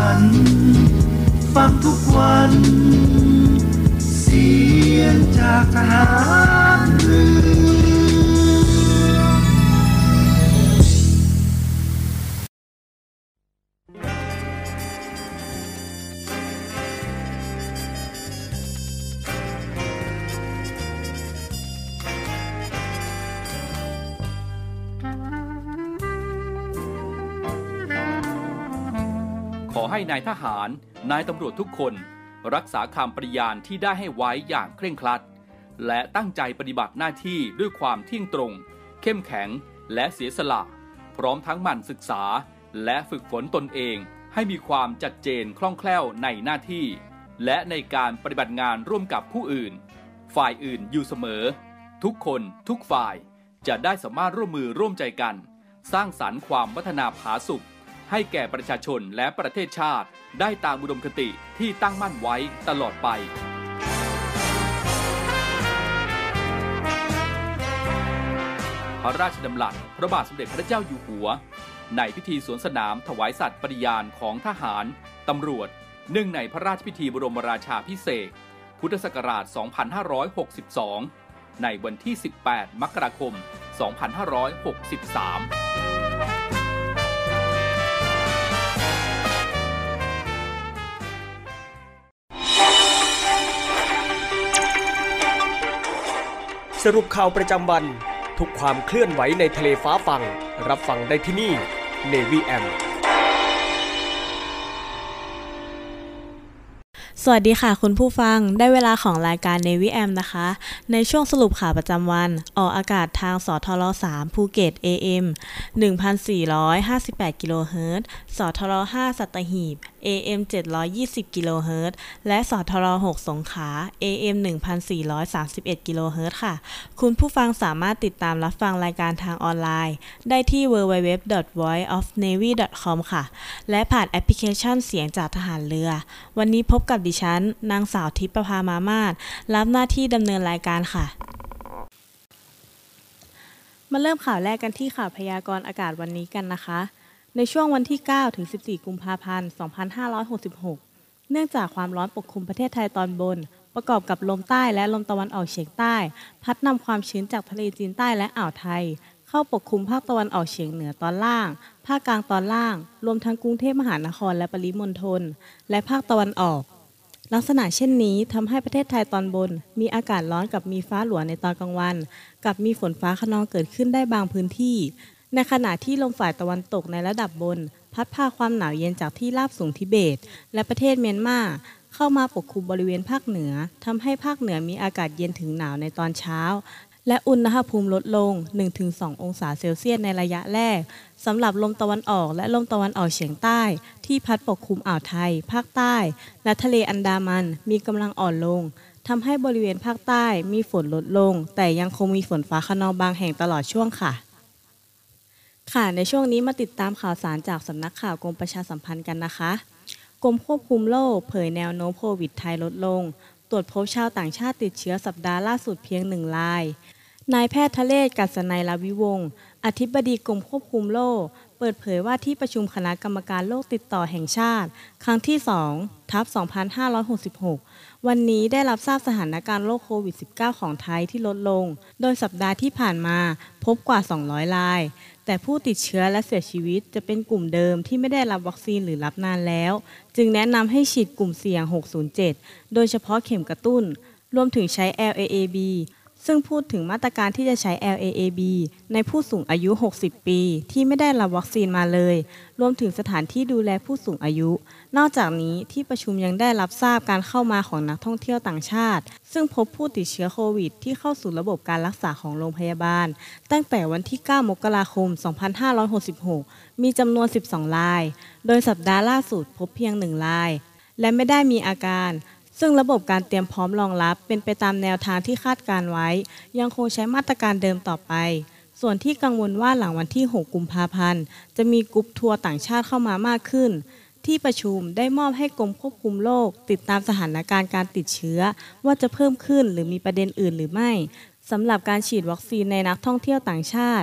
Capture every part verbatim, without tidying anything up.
นฟังทุกวันเสียงจากทหารเรือขอให้นายทหารนายตำรวจทุกคนรักษาคำปฏิญาณที่ได้ให้ไว้อย่างเคร่งครัดและตั้งใจปฏิบัติหน้าที่ด้วยความเที่ยงตรงเข้มแข็งและเสียสละพร้อมทั้งหมั่นศึกษาและฝึกฝนตนเองให้มีความจัดเจนคล่องแคล่วในหน้าที่และในการปฏิบัติงานร่วมกับผู้อื่นฝ่ายอื่นอยู่เสมอทุกคนทุกฝ่ายจะได้สามารถร่วมมือร่วมใจกันสร้างสรรค์ความพัฒนาผาสุกให้แก่ประชาชนและประเทศชาติได้ตามอุดมคติที่ตั้งมั่นไว้ตลอดไปพระราชดำรัสพระบาทสมเด็จพระเจ้าอยู่หัวในพิธีสวนสนามถวายสัตย์ปฏิญาณของทหารตำรวจเนื่องในพระราชพิธีบรมราชาภิเษกพุทธศักราช สองพันห้าร้อยหกสิบสอง ในวันที่ สิบแปด มกราคม สองพันห้าร้อยหกสิบสามสรุปข่าวประจำวันทุกความเคลื่อนไหวในทะเลฟ้าฟังรับฟังได้ที่นี่ Navy เอ เอ็มสวัสดีค่ะคุณผู้ฟังได้เวลาของรายการ Navy เอ เอ็ม นะคะในช่วงสรุปข่าวประจำวันออกอากาศทางสทรสามภูเก็ต เอ เอ็ม หนึ่งพันสี่ร้อยห้าสิบแปด กิโลเฮิรตซ์สทรห้าสัตหีบ เอ เอ็ม เจ็ดร้อยยี่สิบ กิโลเฮิรตซ์และสทรหกสงขลา เอ เอ็ม หนึ่งพันสี่ร้อยสามสิบเอ็ด กิโลเฮิรตซ์ค่ะคุณผู้ฟังสามารถติดตามรับฟังรายการทางออนไลน์ได้ที่ ดับเบิลยู ดับเบิลยู ดับเบิลยู ดอท voice of navy ดอท คอม ค่ะและผ่านแอปพลิเคชันเสียงจากทหารเรือวันนี้พบกับดิฉันนางสาวทิพย์ประภามามาศรับหน้าที่ดำเนินรายการค่ะมาเริ่มข่าวแรกกันที่ข่าวพยากรณ์อากาศวันนี้กันนะคะในช่วงวันที่เก้าถึงสิบสี่กุมภาพันธ์สองพันห้าร้อยหกสิบหกเนื่องจากความร้อนปกคลุมประเทศไทยตอนบนประกอบกับลมใต้และลมตะวันออกเฉียงใต้พัดนำความชื้นจากทะเลจีนใต้และอ่าวไทยเข้าปกคลุมภาคตะวันออกเฉียงเหนือตอนล่างภาคกลางตอนล่างรวมทั้งกรุงเทพมหานครและปริมณฑลและภาคตะวันออกลักษณะเช่นนี้ทำให้ประเทศไทยตอนบนมีอากาศร้อนกับมีฟ้าหลัวในตอนกลางวันกับมีฝนฟ้าคะนองเกิดขึ้นได้บางพื้นที่ในขณะที่ลมฝ่ายตะวันตกในระดับบนพัดพาความหนาวเย็นจากที่ราบสูงทิเบตและประเทศเมียนมาเข้ามาปกคลุมบริเวณภาคเหนือทำให้ภาคเหนือมีอากาศเย็นถึงหนาวในตอนเช้าและอุณหภูมิลดลง หนึ่งถึงสอง องศาเซลเซียสในระยะแรกสำหรับลมตะวันออกและลมตะวันออกเฉียงใต้ที่พัดปกคลุมอ่าวไทยภาคใต้และทะเลอันดามันมีกำลังอ่อนลงทำให้บริเวณภาคใต้มีฝนลดลงแต่ยังคงมีฝนฟ้าคะนองบางแห่งตลอดช่วงค่ะค่ะในช่วงนี้มาติดตามข่าวสารจากสำนักข่าวกรมประชาสัมพันธ์กันนะคะกรมควบคุมโรคเผยแนวโน้มโควิดไทยลดลงตรวจพบชาวต่างชาติติดเชื้อสัปดาห์ล่าสุดเพียงหนึ่งรายนายแพทย์ทะเลศกัศนัย ลาวิวงศ์อธิบดีกรมควบคุมโรคเปิดเผยว่าที่ประชุมคณะกรรมการโรคติดต่อแห่งชาติครั้งที่ สองทับสองพันห้าร้อยหกสิบหก วันนี้ได้รับทราบสถานการณ์โรคโควิด สิบเก้า ของไทยที่ลดลงโดยสัปดาห์ที่ผ่านมาพบกว่าสองร้อยรายแต่ผู้ติดเชื้อและเสียชีวิตจะเป็นกลุ่มเดิมที่ไม่ได้รับวัคซีนหรือรับนานแล้วจึงแนะนำให้ฉีดกลุ่มเสี่ยงหกศูนย์เจ็ดโดยเฉพาะเข็มกระตุ้นรวมถึงใช้ แอล เอ เอ บี ซึ่งพูดถึงมาตรการที่จะใช้ แอล เอ เอ บี ในผู้สูงอายุหกสิบปีที่ไม่ได้รับวัคซีนมาเลยรวมถึงสถานที่ดูแลผู้สูงอายุนอกจากนี้ที่ประชุมยังได้รับทราบการเข้ามาของนักท่องเที่ยวต่างชาติซึ่งพบผู้ติดเชื้อโควิดที่เข้าสู่ระบบการรักษาของโรงพยาบาลตั้งแต่วันที่เก้ามกราคมสองพันห้าร้อยหกสิบหกมีจำนวนสิบสองรายโดยสัปดาห์ล่าสุดพบเพียงหนึ่งรายและไม่ได้มีอาการซึ่งระบบการเตรียมพร้อมรองรับเป็นไปตามแนวทางที่คาดการไว้ยังคงใช้มาตรการเดิมต่อไปส่วนที่กังวลว่าหลังวันที่หกกุมภาพันธ์จะมีกรุ๊ปทัวร์ต่างชาติเข้ามามากขึ้นที่ประชุมได้มอบให้กรมควบคุมโรคติดตามสถานการณ์การติดเชื้อว่าจะเพิ่มขึ้นหรือมีประเด็นอื่นหรือไม่สำหรับการฉีดวัคซีนในนักท่องเที่ยวต่างชาติ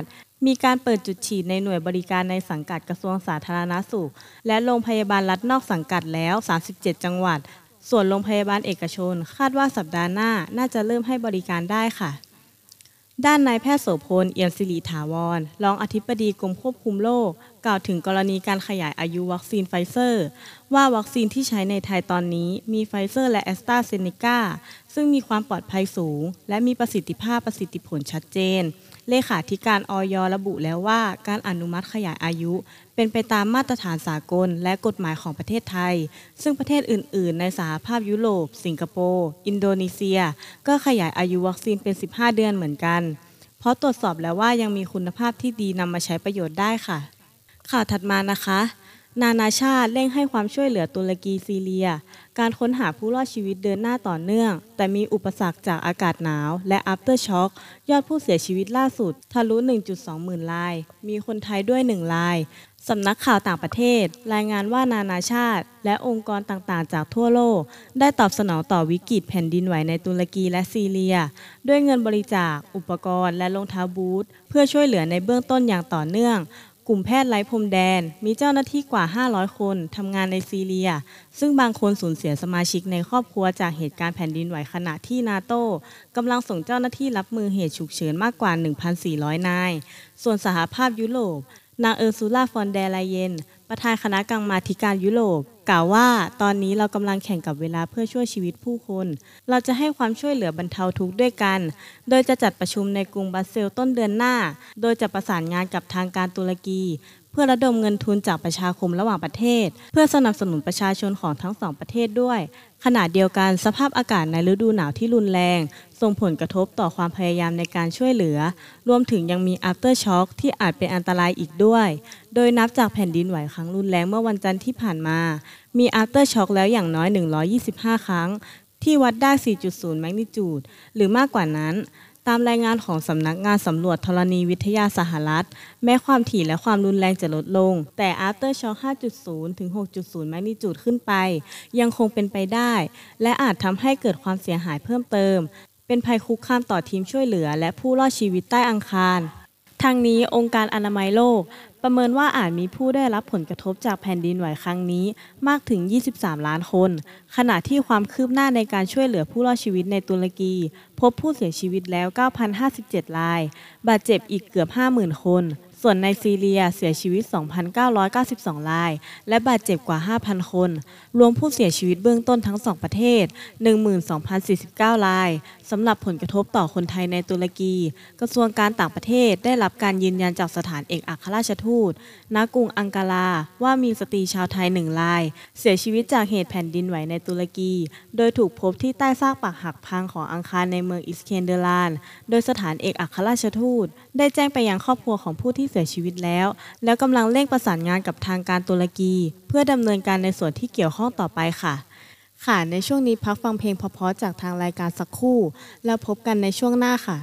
มีการเปิดจุดฉีดในหน่วยบริการในสังกัดกระทรวงสาธารณสุขและโรงพยาบาลรัฐนอกสังกัดแล้วสามสิบเจ็ดจังหวัดส่วนโรงพยาบาลเอกชนคาดว่าสัปดาห์หน้าน่าจะเริ่มให้บริการได้ค่ะด้านนายแพทย์โสพลเอี่ยมสิริถาวรรองอธิบดีกรมควบคุมโรคกล่าวถึงกรณีการขยายอายุวัคซีนไฟเซอร์ว่าวัคซีนที่ใช้ในไทยตอนนี้มีไฟเซอร์และแอสตราเซเนกาซึ่งมีความปลอดภัยสูงและมีประสิทธิภาพประสิทธิผลชัดเจนเลขาธิการอย.ระบุแล้วว่าการอนุมัติขยายอายุเป็นไปตามมาตรฐานสากลและกฎหมายของประเทศไทยซึ่งประเทศอื่นๆในสหภาพยุโรปสิงคโปร์อินโดนีเซียก็ขยายอายุวัคซีนเป็นสิบห้าเดือนเหมือนกันเพราะตรวจสอบแล้วว่ายังมีคุณภาพที่ดีนำมาใช้ประโยชน์ได้ค่ะข่าวถัดมานะคะนานาชาติเร่งให้ความช่วยเหลือตุรกีซีเรียการค้นหาผู้รอดชีวิตเดินหน้าต่อเนื่องแต่มีอุปสรรคจากอากาศหนาวและ after shock ยอดผู้เสียชีวิตล่าสุดทะลุ หนึ่งจุดสอง หมื่นรายมีคนไทยด้วยหนึ่งรายสำนักข่าวต่างประเทศรายงานว่านานาชาติและองค์กรต่างๆจากทั่วโลกได้ตอบสนองต่อวิกฤตแผ่นดินไหวในตุรกีและซีเรียด้วยเงินบริจาคอุปกรณ์และรองเท้าบูทเพื่อช่วยเหลือในเบื้องต้นอย่างต่อเนื่องกลุ่มแพทย์ไร้พรมแดนมีเจ้าหน้าที่กว่าห้าร้อยคนทำงานในซีเรียซึ่งบางคนสูญเสียสมาชิกในครอบครัวจากเหตุการณ์แผ่นดินไหวขณะที่นาโต้กำลังส่งเจ้าหน้าที่รับมือเหตุฉุกเฉินมากกว่า หนึ่งพันสี่ร้อย นายส่วนสหภาพยุโรปนางเออร์ซูล่าฟอนเดอร์ไลเยนประธานคณะกรรมาธิการยุโรปกล่าวว่าตอนนี้เรากำลังแข่งกับเวลาเพื่อช่วยชีวิตผู้คนเราจะให้ความช่วยเหลือบรรเทาทุกข์ด้วยกันโดยจะจัดประชุมในกรุงบรัสเซลส์ต้นเดือนหน้าโดยจะประสานงานกับทางการตุรกีเพื่อระดมเงินทุนจากประชาคมระหว่างประเทศเพื่อสนับสนุนประชาชนของทั้งสองประเทศด้วยขณะเดียวกันสภาพอากาศในฤดูหนาวที่รุนแรงส่งผลกระทบต่อความพยายามในการช่วยเหลือรวมถึงยังมี after shock ที่อาจเป็นอันตรายอีกด้วยโดยนับจากแผ่นดินไหวครั้งรุนแรงเมื่อวันจันทร์ที่ผ่านมามี after shock แล้วอย่างน้อยหนึ่งร้อยยี่สิบห้าครั้งที่วัดได้ สี่จุดศูนย์ แมกนิจูดหรือมากกว่านั้นตามรายงานของสำนักงานสำรวจธรณีวิทยาสหรัฐแม้ความถี่และความรุนแรงจะลดลงแต่ after shock ห้าจุดศูนย์ ถึง หกจุดศูนย์ แมกนิจูดขึ้นไปยังคงเป็นไปได้และอาจทำให้เกิดความเสียหายเพิ่มเติมเป็นภัยคุกคามต่อทีมช่วยเหลือและผู้รอดชีวิตใต้อังคารทางนี้องค์การอนามัยโลกประเมินว่าอาจมีผู้ได้รับผลกระทบจากแผ่นดินไหวครั้งนี้มากถึงยี่สิบสามล้านคนขณะที่ความคืบหน้าในการช่วยเหลือผู้รอดชีวิตในตุรกีพบผู้เสียชีวิตแล้ว เก้าพันห้าสิบเจ็ด รายบาดเจ็บอีกเกือบ ห้าหมื่น คนส่วนในซีเรียเสียชีวิต สองพันเก้าร้อยเก้าสิบสอง รายและบาดเจ็บกว่า ห้าพัน คนรวมผู้เสียชีวิตเบื้องต้นทั้งสองประเทศ หนึ่งหมื่นสองพันสี่สิบเก้า รายสำหรับผลกระทบต่อคนไทยในตุรกีกระทรวงการต่างประเทศได้รับการยืนยันจากสถานเอกอัครราชทูตณกรุงอังการาว่ามีสตรีชาวไทยหนึ่งรายเสียชีวิตจากเหตุแผ่นดินไหวในตุรกีโดยถูกพบที่ใต้ซากปรักหักพังของอังคารในเมืองอิสเคนเดอรานโดยสถานเอกอัครราชทูตได้แจ้งไปยังครอบครัวของผู้ที่เสียชีวิตแล้วแล้วกำลังเร่งประสานงานกับทางการตุรกีเพื่อดำเนินการในส่วนที่เกี่ยวข้องต่อไปค่ะค่ะในช่วงนี้พักฟังเพลงเพราะๆจากทางรายการสักครู่แล้วพบกันในช่วงหน้าค่ะ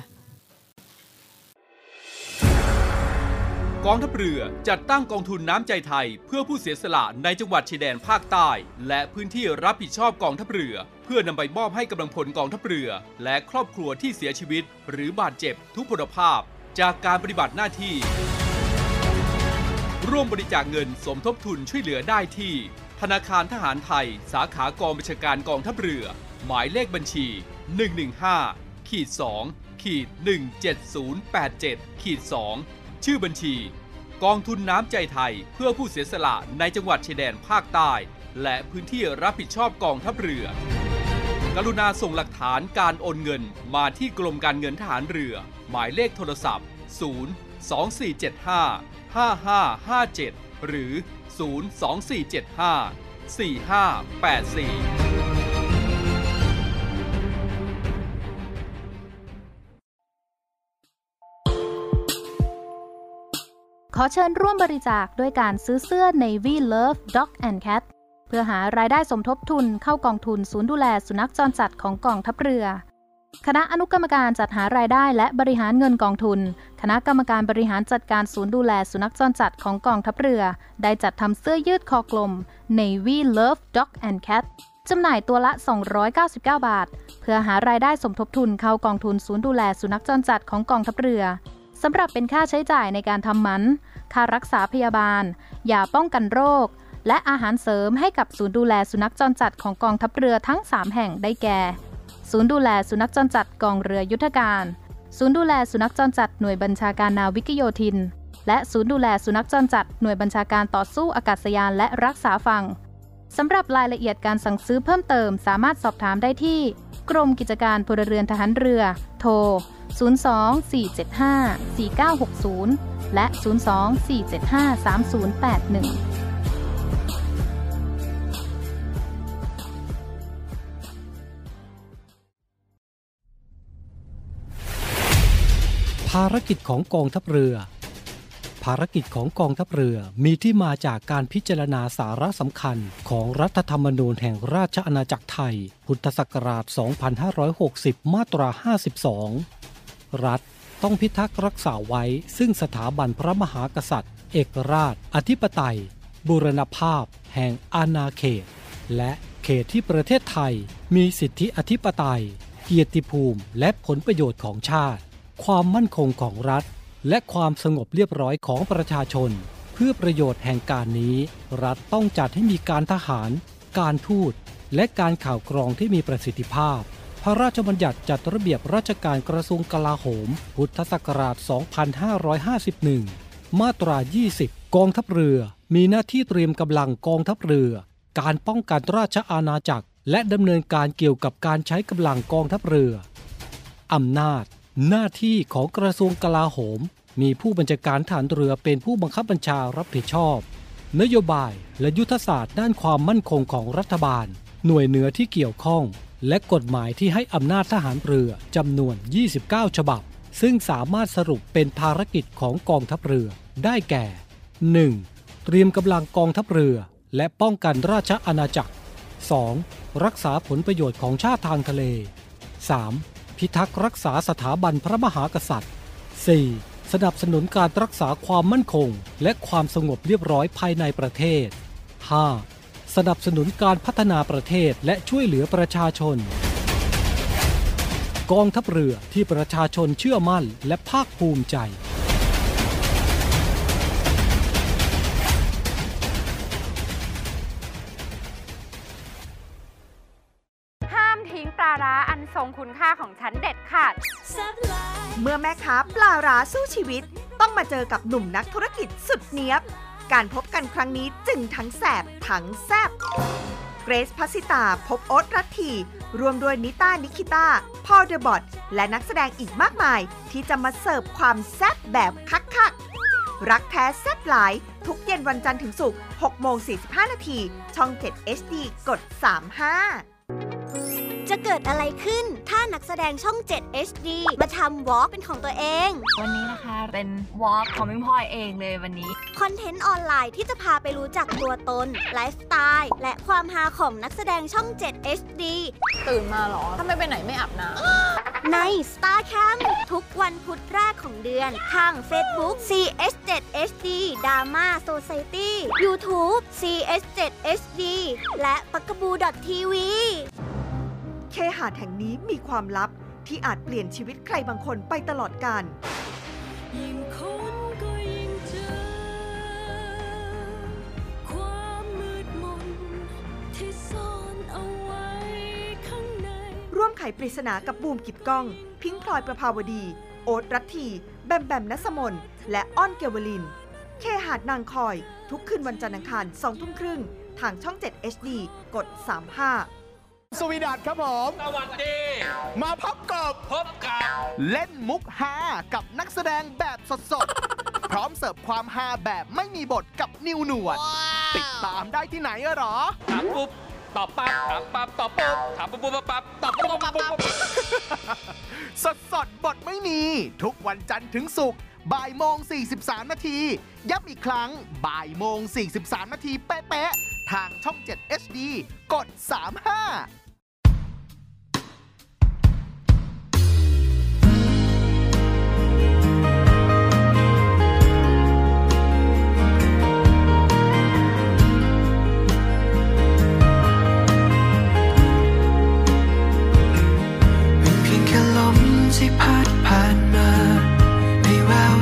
กองทัพเรือจัดตั้งกองทุนน้ำใจไทยเพื่อผู้เสียสละในจังหวัดชายแดนภาคใต้และพื้นที่รับผิดชอบกองทัพเรือเพื่อนำไปมอบให้กำลังพลกองทัพเรือและครอบครัวที่เสียชีวิตหรือบาดเจ็บทุกพลภาพจากการปฏิบัติหน้าที่ร่วมบริจาคเงินสมทบทุนช่วยเหลือได้ที่ธนาคารทหารไทยสาขากองบัญชาการกองทัพเรือหมายเลขบัญชี หนึ่ง หนึ่ง ห้า สอง หนึ่ง เจ็ด ศูนย์ แปด เจ็ด สอง ชื่อบัญชีกองทุนน้ำใจไทยเพื่อผู้เสียสละในจังหวัดชายแดนภาคใต้และพื้นที่รับผิดชอบกองทัพเรือกรุณาส่งหลักฐานการโอนเงินมาที่กรมการเงินทหารเรือหมายเลขโทรศัพท์ ศูนย์ สอง สี่ เจ็ด ห้า ห้า ห้า ห้า เจ็ด หรือ ศูนย์ สอง สี่ เจ็ด ห้า สี่ ห้า แปด สี่ขอเชิญร่วมบริจาคด้วยการซื้อเสื้อ Navy Love Dog and Cat เพื่อหารายได้สมทบทุนเข้ากองทุนศูนย์ดูแลสุนัขจรจัดของกองทัพเรือคณะอนุกรรมการจัดหารายได้และบริหารเงินกองทุนคณะกรรมการบริหารจัดการศูนย์ดูแลสุนัขจรจัดของกองทัพเรือได้จัดทำเสื้อยืดคอกลม Navy Love Dog and Cat จำหน่ายตัวละสองร้อยเก้าสิบเก้าบาทเพื่อหารายได้สมทบทุนเข้ากองทุนศูนย์ดูแลสุนัขจรจัดของกองทัพเรือสำหรับเป็นค่าใช้จ่ายในการทำหมันค่ารักษาพยาบาลยาป้องกันโรคและอาหารเสริมให้กับศูนย์ดูแลสุนัขจรจัดของกองทัพเรือทั้งสามแห่งได้แก่ศูนย์ดูแลสุนัขจรจัดกองเรือยุทธการศูนย์ดูแลสุนัขจรจัดหน่วยบัญชาการนาวิกโยธินและศูนย์ดูแลสุนัขจรจัดหน่วยบัญชาการต่อสู้อากาศยานและรักษาฝั่งสำหรับรายละเอียดการสั่งซื้อเพิ่มเติมสามารถสอบถามได้ที่กรมกิจการพลเรือนทหารเรือโทรศูนย์ สอง สี่ เจ็ด ห้า สี่ เก้า หก ศูนย์และศูนย์ สอง สี่ เจ็ด ห้า สาม ศูนย์ แปด หนึ่งภารกิจของกองทัพเรือภารกิจของกองทัพเรือมีที่มาจากการพิจารณาสาระสำคัญของรัฐธรรมนูญแห่งราชอาณาจักรไทยพุทธศักราช สองพันห้าร้อยหกสิบ มาตรา ห้าสิบสอง รัฐต้องพิทักษ์รักษาไว้ซึ่งสถาบันพระมหากษัตริย์เอกราชอธิปไตยบูรณภาพแห่งอาณาเขตและเขตที่ประเทศไทยมีสิทธิอธิปไตยเกียรติภูมิและผลประโยชน์ของชาติความมั่นคงของรัฐและความสงบเรียบร้อยของประชาชนเพื่อประโยชน์แห่งการนี้รัฐต้องจัดให้มีการทหารการทูตและการข่าวกรองที่มีประสิทธิภาพพระราชบัญญัติจัดระเบียบราชการกระทรวงกลาโหมพุทธศักราช สองพันห้าร้อยห้าสิบเอ็ด มาตรา ยี่สิบ กองทัพเรือมีหน้าที่เตรียมกำลังกองทัพเรือการป้องกันราชอาณาจักรและดำเนินการเกี่ยวกับการใช้กำลังกองทัพเรืออำนาจหน้าที่ของกระทรวงกลาโหมมีผู้บัญชาการฐานเรือเป็นผู้บังคับบัญชารับผิดชอบนโยบายและยุทธศาสตร์ด้านความมั่นคงของรัฐบาลหน่วยเหนือที่เกี่ยวข้องและกฎหมายที่ให้อำนาจทหารเรือจำนวนยี่สิบเก้าฉบับซึ่งสามารถสรุปเป็นภารกิจของกองทัพเรือได้แก่ หนึ่ง. เตรียมกำลังกองทัพเรือและป้องกันราชอาณาจักร สอง. รักษาผลประโยชน์ของชาติทางทะเล สาม. พิทักษ์รักษาสถาบันพระมหากษัตริย์ สี่. สนับสนุนการรักษาความมั่นคงและความสงบเรียบร้อยภายในประเทศ ห้า. สนับสนุนการพัฒนาประเทศและช่วยเหลือประชาชนกองทัพเรือที่ประชาชนเชื่อมั่นและภาคภูมิใจห้ามทิ้งปลาร้าอันทรงคุณค่าของฉันเด็ดขาดเมื่อแม่ค้าปลาร้าสู้ชีวิตต้องมาเจอกับหนุ่มนักธุรกิจสุดเนี๊ยบการพบกันครั้งนี้จึงทั้งแสบทั้งแซบเกรซภัสสิตาพบโอ๊ตรัตทีรวมด้วยนิต้านิคิต้าพอลเดอะบอทและนักแสดงอีกมากมายที่จะมาเสิร์ฟความแซบแบบคักๆรักแท้แซบหลายทุกเย็นวันจันทร์ถึงศุกร์ หกโมงสี่สิบห้า นาทีช่อง เจ็ด เอช ดี กด สามสิบห้าจะเกิดอะไรขึ้นถ้านักแสดงช่อง เจ็ด เอช ดี มาทำวอล์กเป็นของตัวเองวันนี้นะคะเป็นวอล์กของพิมพลอยเองเลยวันนี้คอนเทนต์ออนไลน์ที่จะพาไปรู้จักตัวตนไลฟ์สไตล์และความฮาของนักแสดงช่อง เจ็ด เอช ดีตื่นมาหรอถ้าไม่ไปไหนไม่อาบน้ำใน Star Camp ทุกวันพุธแรกของเดือนทาง Facebook ซี เอช เจ็ด เอช ดี Drama Society YouTube ซี เอช เจ็ด เอช ดี และปักกบู .ที วีเคหะแห่งนี้มีความลับที่อาจเปลี่ยนชีวิตใครบางคนไปตลอดกาลยิ่งค้นก็ยิ่งเจอความมืดมนที่ซ่อนเอาไว้ข้างในร่วมไขปริศนากับบูมกิจก้องพิงค์พลอยประภาวดีโอ๊ตรัตทีแบมแบมณัสมนและอ้อนเกวลินเคหะนางคอยทุกคืนวันจันทร์อังคารสองทุ่มครึ่งทางช่อง เจ็ด เอช ดี กด สามสิบห้าสวีดัตครับผมสวัสดีมาพบกับพบกับเล่นมุกฮากับนักแสดงแบบสดๆ พร้อมเสิร์ฟความฮาแบบไม่มีบทกับนิวหนวด ติดตามได้ที่ไหนหรอถามปุ๊บตอบปั๊บถามปั๊บตอบปุ๊บถามปุ๊บปุ๊บปั๊บตอบปุ๊บปุ๊บปุ๊บสดสดบทไม่มีทุกวันจันทร์ถึงศุกร์บ่ายโมงสี่สิบสามนาทีย้ำอีกครั้งบ่ายโมงสี่สิบสามนาทีเป๊ะๆทางช่อง เจ็ด เอช ดี กด สามสิบห้าที่พัดผ่านมาในแวว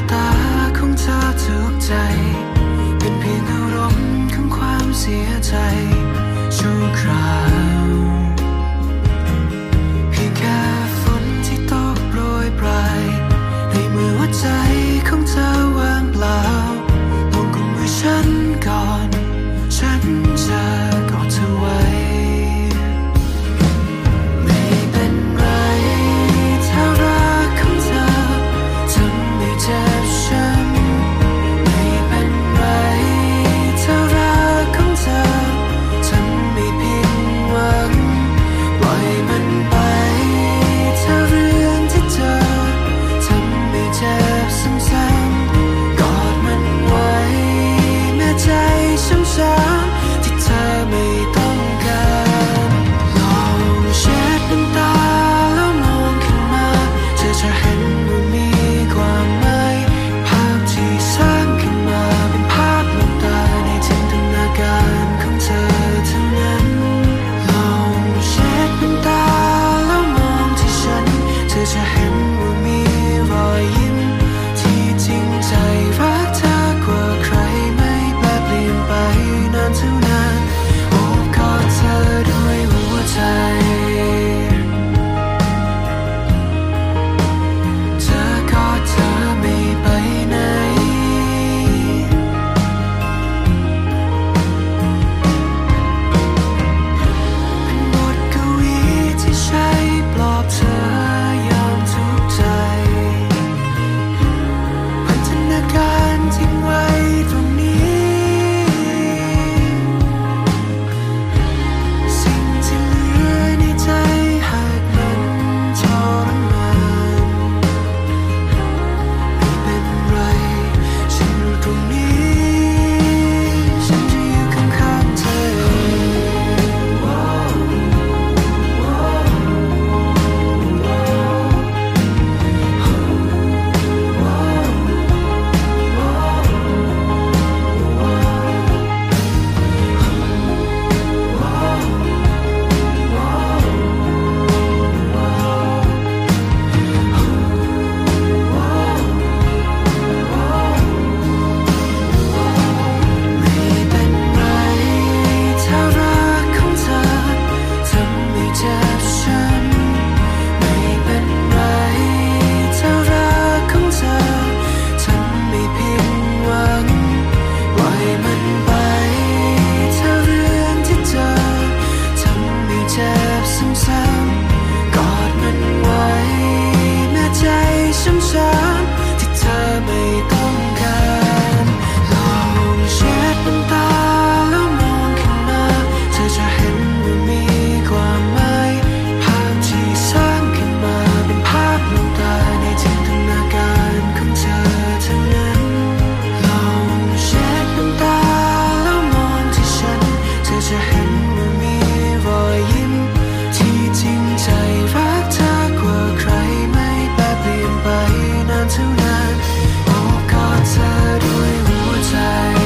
ซ้ำๆกอดมันไว้แม้ใจช้ำๆที่เธอไม่ต้องการลองเช็ดน้ำตาแล้วมองขึ้นมาเธอจะเห็นว่ามีความหมายภาพที่สร้างขึ้นมาเป็นภาพลวงตาในจินตนาการของเธอทั้งนั้นลองเช็ดน้ำตาแล้วมองที่ฉันเธอจะเห็นว่ามีรอยยิ้มที่จริงใจรักเธอกว่าใครไม่แปรเปลี่ยนไปนานเท่านานโอบกอดเธอด้วยหัวใจ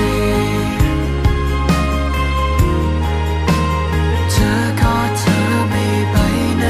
เธอกอดเธอไม่ไปไหน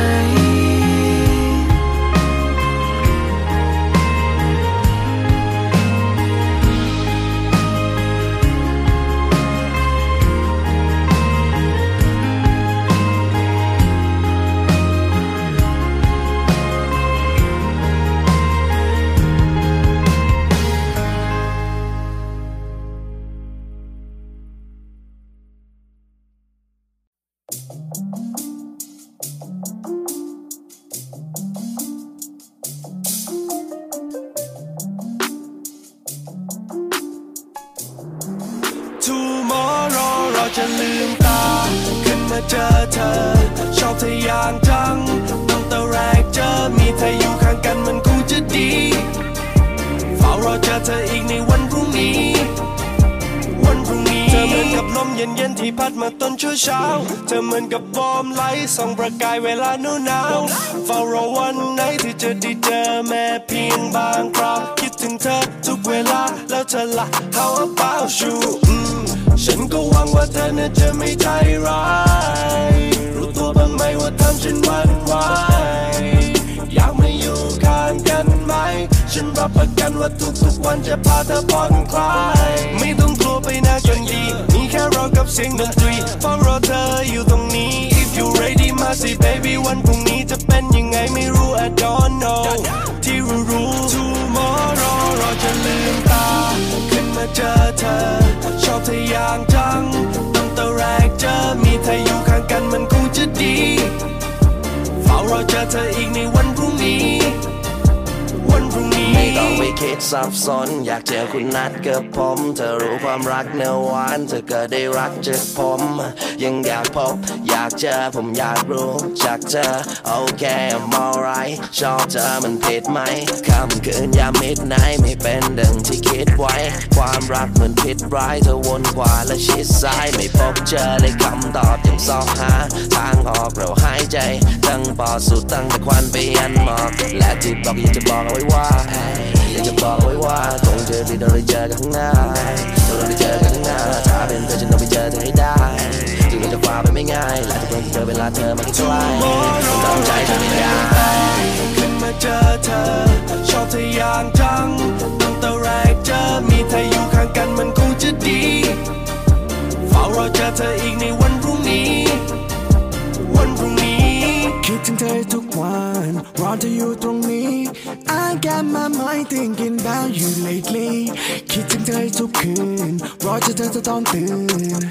Tomorrow เราจะลืมตาขึ้นมาเจอเธอชอบเธออย่างจังตั้งแต่แรกเจอมีเธออยู่ข้างกันมันคงจะดีเฝ้ารอเจอเธออีกในวันพรุ่งนี้วันพรุ่งนี้เธอเหมือนกับลมเย็นๆที่พัดมาตอนเช้าๆเธอเหมือนกับโคมไลท์ส่องประกายเวลาหนาวๆเฝ้ารอวันไหนที่จะได้เจอแม้เพียงบางคราวคิดถึงเธอทุกเวลาแล้วเธอละ How about you ฉันก็หวังว่าเธอน่าจะไม่ใจร้ายรู้ตัวบ้างไหมว่าทำฉันหวั่นไหวอยากมาอยู่ข้างกันไหมฉันรับประกันว่าทุกๆวันจะพาเธอผ่อนคลายไม่ต้องกลัวไปนะจนดีมีแค่เรากับเสียงดนตรีเฝ้ารอเธออยู่ตรงนี้ If you ready มาสิ baby วันพรุ่งนี้จะเป็นยังไงไม่รู้ I don't know ที่รู้รู้ Tomorrow เราจะลืมตาขึ้นมาเจอเธอชอบเธออย่างจังตั้งแต่แรกเจอมีเธออยู่ข้างกันมันคงจะดีเฝ้ารอเจอเธออีกในวันพรุ่งนี้วันพรุ่งนี้ไม่ต้องไปคิดซับซ้อนอยากเจอคุณนัดกับผมเธอรู้ความรักเนื้อหวานเธอก็ได้รักจากผมยังอยากพบอยากเจอผมอยากรู้จักเธอโอเค I'm alright ชอบเธอมันผิดไหมค่ำคืนยามมิดไนท์ไม่เป็นดังที่คิดไว้ความรักเหมือนผิดร้ายเธอวนขวาและชิดซ้ายไม่พบเจอเลยคำตอบยังสอบหาทางออกเราหายใจตั้งปอดสูดตั้งแต่ควันไปยันหมอกและที่บอกอยากจะบอกเอาไว้ว่าอยากจะบอกไว้ว่าคงเจอที่เราได้เจอกันข้างหน้าเราได้เจอกันข้างหน้าถ้าเป็นเธอฉันต้องไปเจอเธอให้ได้ถึงเราจะฝ่าไปไม่ง่ายและทุกคนที่เจอเวลาเธอมาใกล้ต้องตั้งใจทำให้ได้ขึ้นมาเจอเธอชอบเธออย่างจังตั้งแต่แรกเจอมีเธออยู่ข้างกันมันคงจะดีเฝ้ารอเจอเธออีกในวันพรุ่งนี้วันพรุ่งนี้คิดถึงเธอทุกวันรอเธออยู่ตรงนี้ I got my mind thinking about you lately คิดถึงเธอทุกคืนรอเจอเธอจะต้องตื่น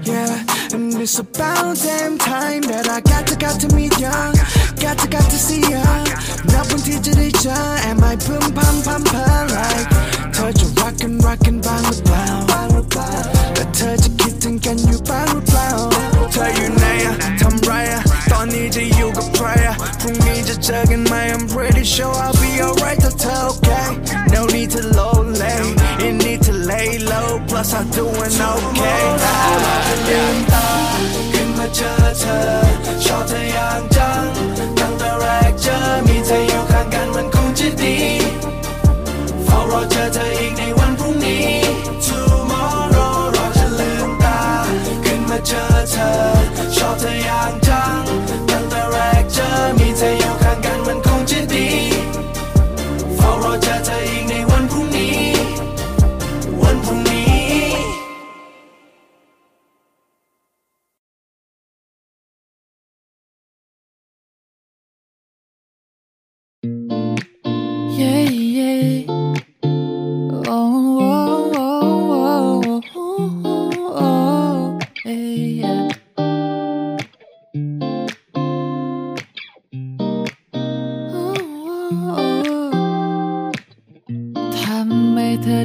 Yeah and it's about damn time that I got to got to meet ya got to got to see ya นับวันที่จะได้เจอ Am I พึมพำพำเพอ like เธอจะรักกันรักกันบ้างหรือเปล่าแต่เธอจะคิดถึงกันอยู่บ้างหรือเปล่าเธออยู่ไหนอะทำไรอะตอนนี้จะอยู่กับใครอะพรุ่งนี้จะเจอกันไหม I'm pretty sure I'll be alright ถ้าเธอ okay No need to low lay You need to lay low Plus I'm doing okay ลืมตาขึ้นมาเจอเธอชอบเธออย่างจังตั้งแต่แรกเจอมีเธออยู่ข้างกันมันคงจะดีเฝ้ารอเจอเธออีกในวันพรุ่งนี้ Tomorrow เราจะลืมตาขึ้นมาเจอเธอชอบเธออย่างจังตั้งแต่แรกเจอมีเธออยู่ข้างกันมันคงจะดีเฝ้ารอเจอเธออีกในวันพรุ่งนี้วันพรุ่งนี้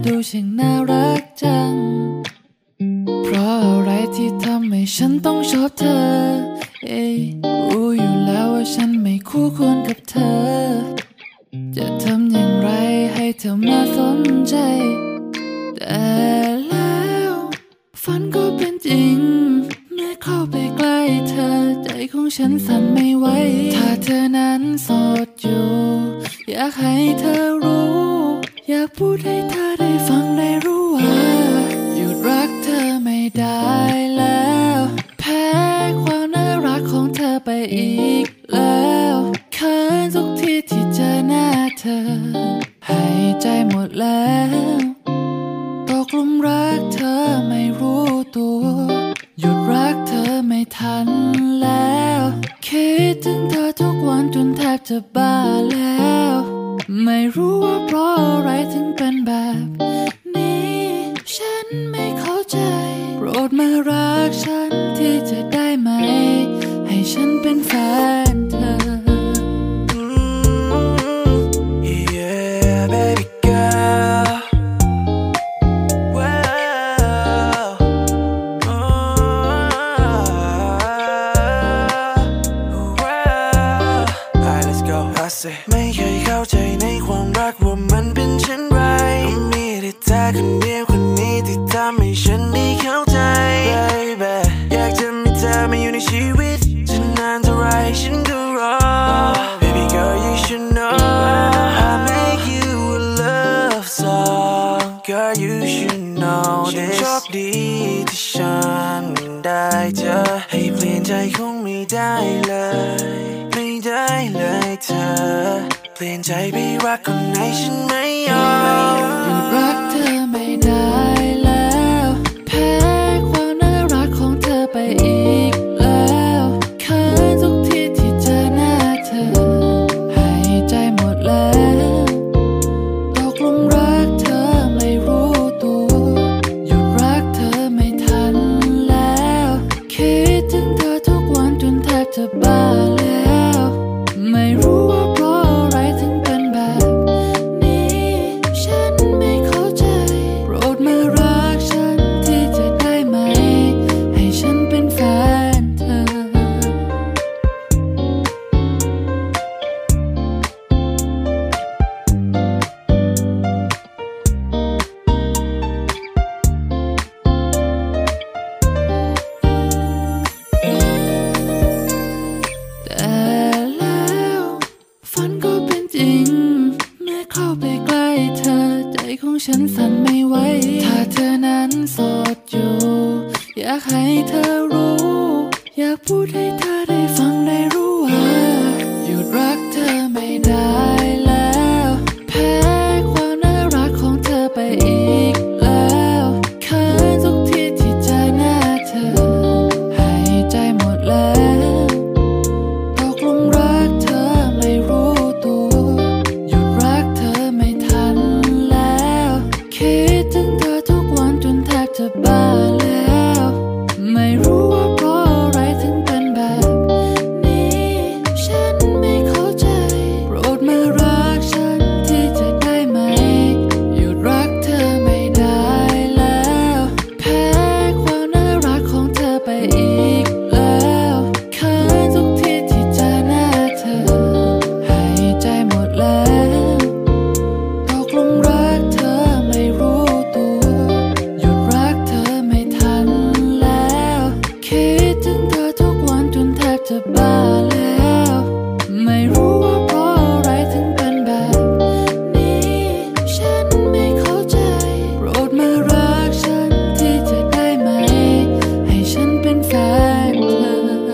ดูช่างน่ารักจังเพราะอะไรที่ทำให้ฉันต้องชอบเธอเอ้ยรู้อยู่แล้วว่าฉันไม่คู่ควรกับเธอจะทำอย่างไรให้เธอมาสนใจแต่แล้วฝันก็เป็นจริงเมื่อเข้าไปใกล้เธอใจของฉันสั่นไม่ไหวถ้าเธอนั้นโสดอยู่อยากให้เธอรู้อยากพูดให้เธอได้ฟังได้รู้ว่าหยุดรักเธอไม่ได้แล้วแพ้ความน่ารักของเธอไปอีกแล้วเขินทุกทีที่เจอหน้าเธอหายใจหมดแล้วตกหลุมรักเธอไม่รู้ตัวหยุดรักเธอไม่ทันแล้วคิดถึงเธอทุกวันจนแทบจะบ้าแล้วไม่รู้ว่าเพราะอะไรถึงเป็นแบบนี้ฉันไม่เข้าใจโปรดมารักฉันที่จะได้ไหมให้ฉันเป็นแฟนเธอ Yeah, baby girl. Well, oh, well. Alright, let's go. I say ไม่เคยเข้าใจในความรักว่ามันเป็นเช่นไรมีแต่เธอคนเดียวคนนี้ที่ทำให้ฉันได้เข้าใจ Baby อยากจะมีเธอมาอยู่ในชีวิตจะนานเท่าไรฉันก็รอ Baby girl you should know I make you a love song Girl you should know this โชคดีที่ฉันได้เจอให้เปลี่ยนใจคงไม่ได้เลยไม่ได้เลยเธอเปลี่ยนใจไปรักคนไหนฉันไม่ยอมหยุดรักเธอไม่ได้แล้วแพ้ความน่ารักของเธอไปอีกแล้วเขินทุกทีที่เจอหน้าเธอหายใจหมดแล้วตกหลุมรักเธอไม่รู้ตัวหยุดรักเธอไม่ทันแล้วคิดถึงเธอทุกวันจนแทบจะบ้าแล้วไม่รู้ว่าเพราะอะไรถึงเป็นแบบนี้ฉันไม่เข้าใจโปรดมารักฉันที่จะได้ไหมให้ฉันเป็นแฟนเธอแต่แล้วฝันก็เป็นจริงเมื่อเข้าไปใกล้เธอใจของฉันสั่นไม่ไหวถ้าเธอนั้นโสดอยู่อยากให้เธอรู้อยากพูดให้เธอได้ฟังได้รู้ว่าหยุดรักเธอไม่ได้แล้วแพ้ความน่ารักของเธอไปอีกแล้วเขินทุกทีที่เจอหน้าเธอหายใจหมดแล้วตกหลุมรักเธอไม่รู้ตัวหยุดรักเธอไม่ทันแล้วคิดถึงเธอทุกวันจนแทบจะบ้าแล้วไม่รู้ว่าเพราะอะไรถึงเป็นแบบนี้ฉันไม่เข้าใจโปรดมารักฉันที่จะได้ไหมหยุดรักเธอไม่ได้แล้วแพ้ความน่ารักของเธอไปอีกแล้วเขินทุกทีที่เจอหน้าเธอหายใจหมดแล้วตกหลุมรักเธอไม่รู้ตัวหยุดรักเธอไม่ทันแล้วคิดถึงเธอทุกวันจนแทบจะบ้าแล้วไม่รู้ว่าเพราะอะไรถึงเป็นแบบนี้ฉันไม่เข้าใจโปรดมารักฉันที่จะได้ไหมให้ฉันเป็นแฟนเธอ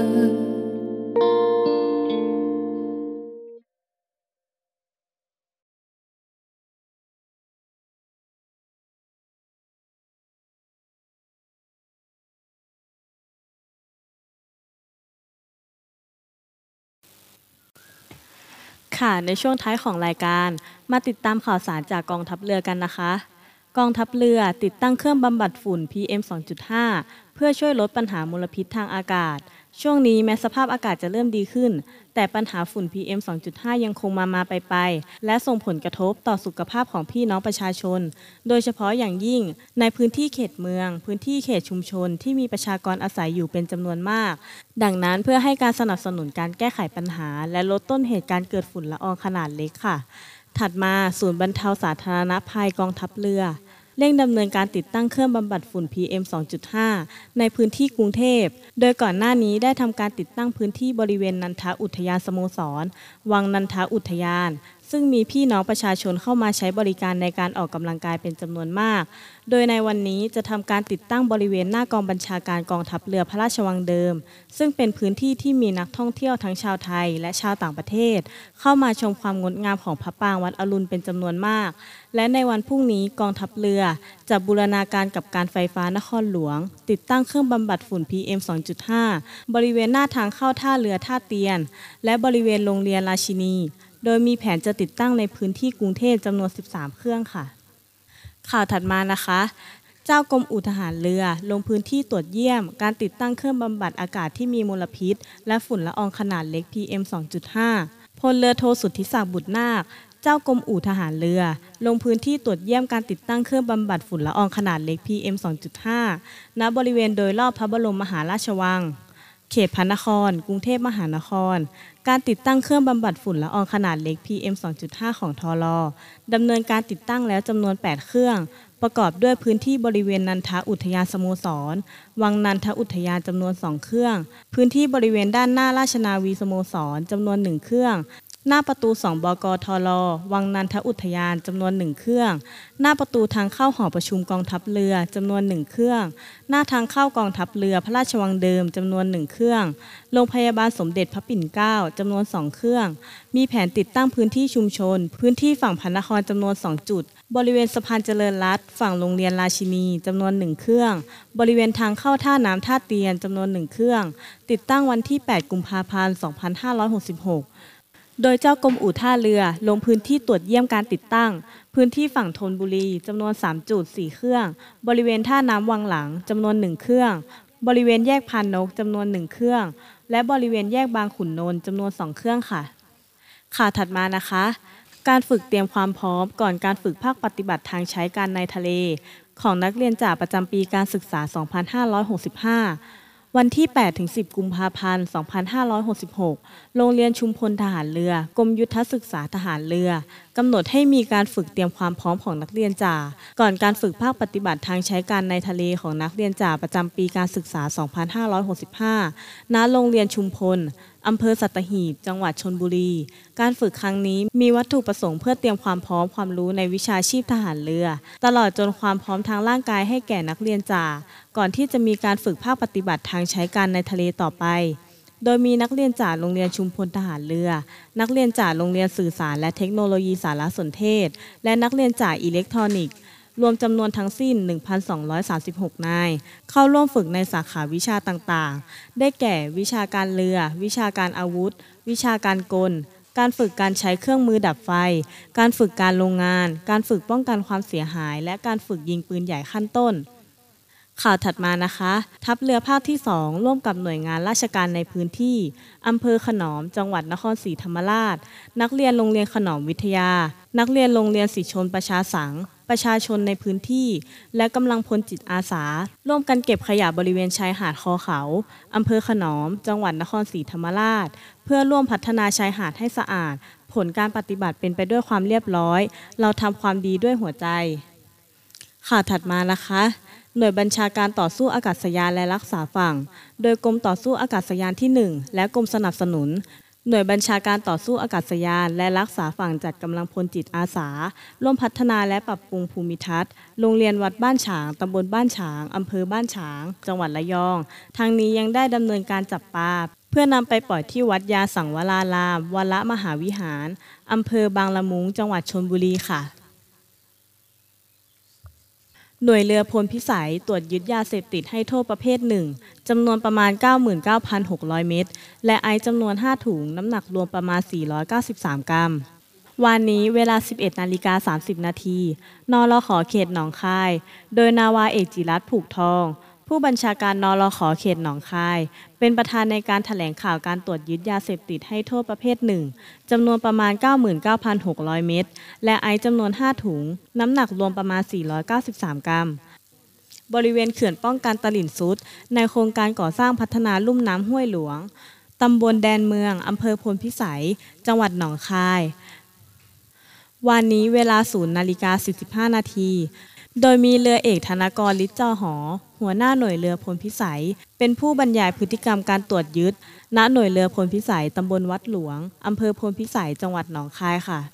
ค่ะในช่วงท้ายของรายการมาติดตามข่าวสารจากกองทัพเรือกันนะคะ กองทัพเรือติดตั้งเครื่องบำบัดฝุ่น พี เอ็ม สองจุดห้า เพื่อช่วยลดปัญหามลพิษทางอากาศช่วงนี้แม้สภาพอากาศจะเริ่มดีขึ้นแต่ปัญหาฝุ่น พี เอ็ม สองจุดห้า ยังคงมามาไปไปและส่งผลกระทบต่อสุขภาพของพี่น้องประชาชนโดยเฉพาะอย่างยิ่งในพื้นที่เขตเมืองพื้นที่เขตชุมชนที่มีประชากรอาศัยอยู่เป็นจำนวนมากดังนั้นเพื่อให้การสนับสนุนการแก้ไขปัญหาและลดต้นเหตุการเกิดฝุ่นละอองขนาดเล็กค่ะถัดมาศูนย์บรรเทาสาธารณภัยกองทัพเรือเร่งดำเนินการติดตั้งเครื่องบำบัดฝุ่น พี เอ็ม สองจุดห้า ในพื้นที่กรุงเทพโดยก่อนหน้านี้ได้ทำการติดตั้งพื้นที่บริเวณนันทอุทยานสโมสรวังนันทอุทยานซึ่งมีพี่น้องประชาชนเข้ามาใช้บริการในการออกกำลังกายเป็นจำนวนมากโดยในวันนี้จะทำการติดตั้งบริเวณหน้ากองบัญชาการกองทัพเรือพระราชวังเดิมซึ่งเป็นพื้นที่ที่มีนักท่องเที่ยวทั้งชาวไทยและชาวต่างประเทศเข้ามาชมความงดงามของพระปรางวัดอรุณเป็นจำนวนมากและในวันพรุ่งนี้กองทัพเรือจะบูรณาการกับการไฟฟ้านครหลวงติดตั้งเครื่องบำบัดฝุ่น พี เอ็ม สองจุดห้า บริเวณหน้าทางเข้าท่าเรือท่าเตียนและบริเวณโรงเรียนราชินีโดยมีแผนจะติดตั้งในพื้นที่กรุงเทพจำนวนสิบสามเครื่องค่ะข่าวถัดมานะคะเจ้ากรมอู่ทหารเรือลงพื้นที่ตรวจเยี่ยมการติดตั้งเครื่องบำบัดอากาศที่มีมลพิษและฝุ่นละอองขนาดเล็ก พี เอ็ม สองจุดห้า พลเรือโทสุทธิศักดิ์บุตรนาคเจ้ากรมอู่ทหารเรือลงพื้นที่ตรวจเยี่ยมการติดตั้งเครื่องบำบัดฝุ่นละอองขนาดเล็ก พี เอ็ม สองจุดห้า ณ บริเวณโดยรอบพระบรมมหาราชวังเขตพระนครกรุงเทพมหานครการติดตั้งเครื่องบำบัดฝุ่นละอองขนาดเล็ก พี เอ็ม สองจุดห้า ของทรดำเนินการติดตั้งแล้วจำนวนแปดเครื่องประกอบด้วยพื้นที่บริเวณนันทอุทยานสโมสรวังนันทอุทยานจำนวนสองเครื่องพื้นที่บริเวณด้านหน้าราชนาวีสโมสรจำนวนหนึ่งเครื่องหน้าประตูสองบก.ทรวังนันทอุทยานจำนวนหนึ่งเครื่องหน้าประตูทางเข้าหอประชุมกองทัพเรือจำนวนหนึ่งเครื่องหน้าทางเข้ากองทัพเรือพระราชวังเดิมจำนวนหนึ่งเครื่องโรงพยาบาลสมเด็จพระปิ่นเกล้าจำนวนสองเครื่องมีแผนติดตั้งพื้นที่ชุมชนพื้นที่ฝั่งพระนครจำนวนสองจุดบริเวณสะพานเจริญรัตน์ฝั่งโรงเรียนราชินีจำนวนหนึ่งเครื่องบริเวณทางเข้าท่าน้ำท่าเตียนจำนวนหนึ่งเครื่องติดตั้งวันที่แปดกุมภาพันธ์สองพันห้าร้อยหกสิบหกโดยเจ้ากรมอู่ท่าเรือลงพื้นที่ตรวจเยี่ยมการติดตั้งพื้นที่ฝั่งธนบุรีจำนวนสามจุดสี่เครื่องบริเวณท่าน้ำวังหลังจำนวนหนึ่งเครื่องบริเวณแยกพานนกจำนวนหนึ่งเครื่องและบริเวณแยกบางขุนนนท์จำนวนสองเครื่องค่ะข่าวถัดมานะคะการฝึกเตรียมความพร้อมก่อนการฝึกภาคปฏิบัติทางใช้การในทะเลของนักเรียนจ่าประจำปีการศึกษาสองพันห้าร้อยหกสิบห้าวันที่แปดถึงสิบกุมภาพันธ์สองพันห้าร้อยหกสิบหกโรงเรียนชุมพลทหารเรือกรมยุทธศึกษาทหารเรือกำหนดให้มีการฝึกเตรียมความพร้อมของนักเรียนจ่าก่อนการฝึกภาคปฏิบัติทางใช้การในทะเลของนักเรียนจ่าประจำปีการศึกษาสองพันห้าร้อยหกสิบห้าณโรงเรียนชุมพลอำเภอสัตหีบจังหวัดชลบุรีการฝึกครั้งนี้มีวัตถุประสงค์เพื่อเตรียมความพร้อมความรู้ในวิชาชีพทหารเรือตลอดจนความพร้อมทางร่างกายให้แก่นักเรียนจ่าก่อนที่จะมีการฝึกภาคปฏิบัติทางใช้การในทะเลต่อไปโดยมีนักเรียนจ่าโรงเรียนชุมพลทหารเรือนักเรียนจ่าโรงเรียนสื่อสารและเทคโนโลยีสารสนเทศและนักเรียนจ่าอิเล็กทรอนิกส์รวมจำนวนทั้งสิ้น หนึ่งพันสองร้อยสามสิบหก นายเข้าร่วมฝึกในสาขาวิชาต่างๆได้แก่วิชาการเรือวิชาการอาวุธวิชาการกลการฝึกการใช้เครื่องมือดับไฟการฝึกการโรงงานการฝึกป้องกันความเสียหายและการฝึกยิงปืนใหญ่ขั้นต้นข่าวถัดมานะคะทัพเรือภาคที่สองร่วมกับหน่วยงานราชการในพื้นที่อำเภอขนอมจังหวัดนครศรีธรรมราชนักเรียนโรงเรียนขนอมวิทยานักเรียนโรงเรียนศรีชนประชาสังประชาชนในพื้นที่และกำลังพลจิตอาสาร่วมกันเก็บขยะบริเวณชายหาดคอเขาอำเภอขนอมจังหวัดนครศรีธรรมราชเพื่อร่วมพัฒนาชายหาดให้สะอาดผลการปฏิบัติเป็นไปด้วยความเรียบร้อยเราทำความดีด้วยหัวใจข่าวถัดมานะคะหน่วยบัญชาการต่อสู้อากาศยานและรักษาฝั่งโดยกรมต่อสู้อากาศยานที่หนึ่งและกรมสนับสนุนหน่วยบัญชาการต่อสู้อากาศยานและรักษาฝั่งจัดกำลังพลจิตอาสาร่วมพัฒนาและปรับปรุงภูมิทัศน์โรงเรียนวัดบ้านฉางตำบลบ้านฉางอำเภอบ้านฉางจังหวัดระยองทางนี้ยังได้ดำเนินการจับปลาเพื่อนำไปปล่อยที่วัดยาสังวรารามวรมหาวิหารอำเภอบางละมุงจังหวัดชลบุรีค่ะหน่วยเรือพลพิสัยตรวจยึดยาเสพติดให้โทษประเภทหนึ่งจำนวนประมาณ เก้าหมื่นเก้าพันหกร้อย เม็ดและไอซ์จำนวนห้าถุงน้ำหนักรวมประมาณสี่ร้อยเก้าสิบสามกรัมวันนี้เวลา สิบเอ็ดนาฬิกาสามสิบนาทีนรข.เขตหนองคายโดยนาวาเอกจิรัตน์ผูกทองผู้บัญชาการนรข.เขตหนองคายเป็นประธานในการแถลงข่าวการตรวจยึดยาเสพติดให้โทษประเภทหนึ่งจำนวนประมาณ เก้าหมื่นเก้าพันหกร้อย เม็ดและไอซ์จำนวนห้าถุงน้ำหนักรวมประมาณสี่ร้อยเก้าสิบสามกรัมบริเวณเขื่อนป้องกันตลิ่งซุดในโครงการก่อสร้างพัฒนาลุ่มน้ำห้วยหลวงตำบลแดนเมืองอำเภอพลพิสัยจังหวัดหนองคายวันนี้เวลาศูนย์นาฬิกาสี่สิบห้านาทีโดยมีเรือเอกธนกรฤทธิ์จอหอหัวหน้าหน่วยเรือพลพิสัยเป็นผู้บรรยายพฤติกรรมการตรวจยึดณหน่วยเรือพลพิสัยตำบลวัดหลวงอำเภอพลพิสัยจังหวัดหนองคายค่ะ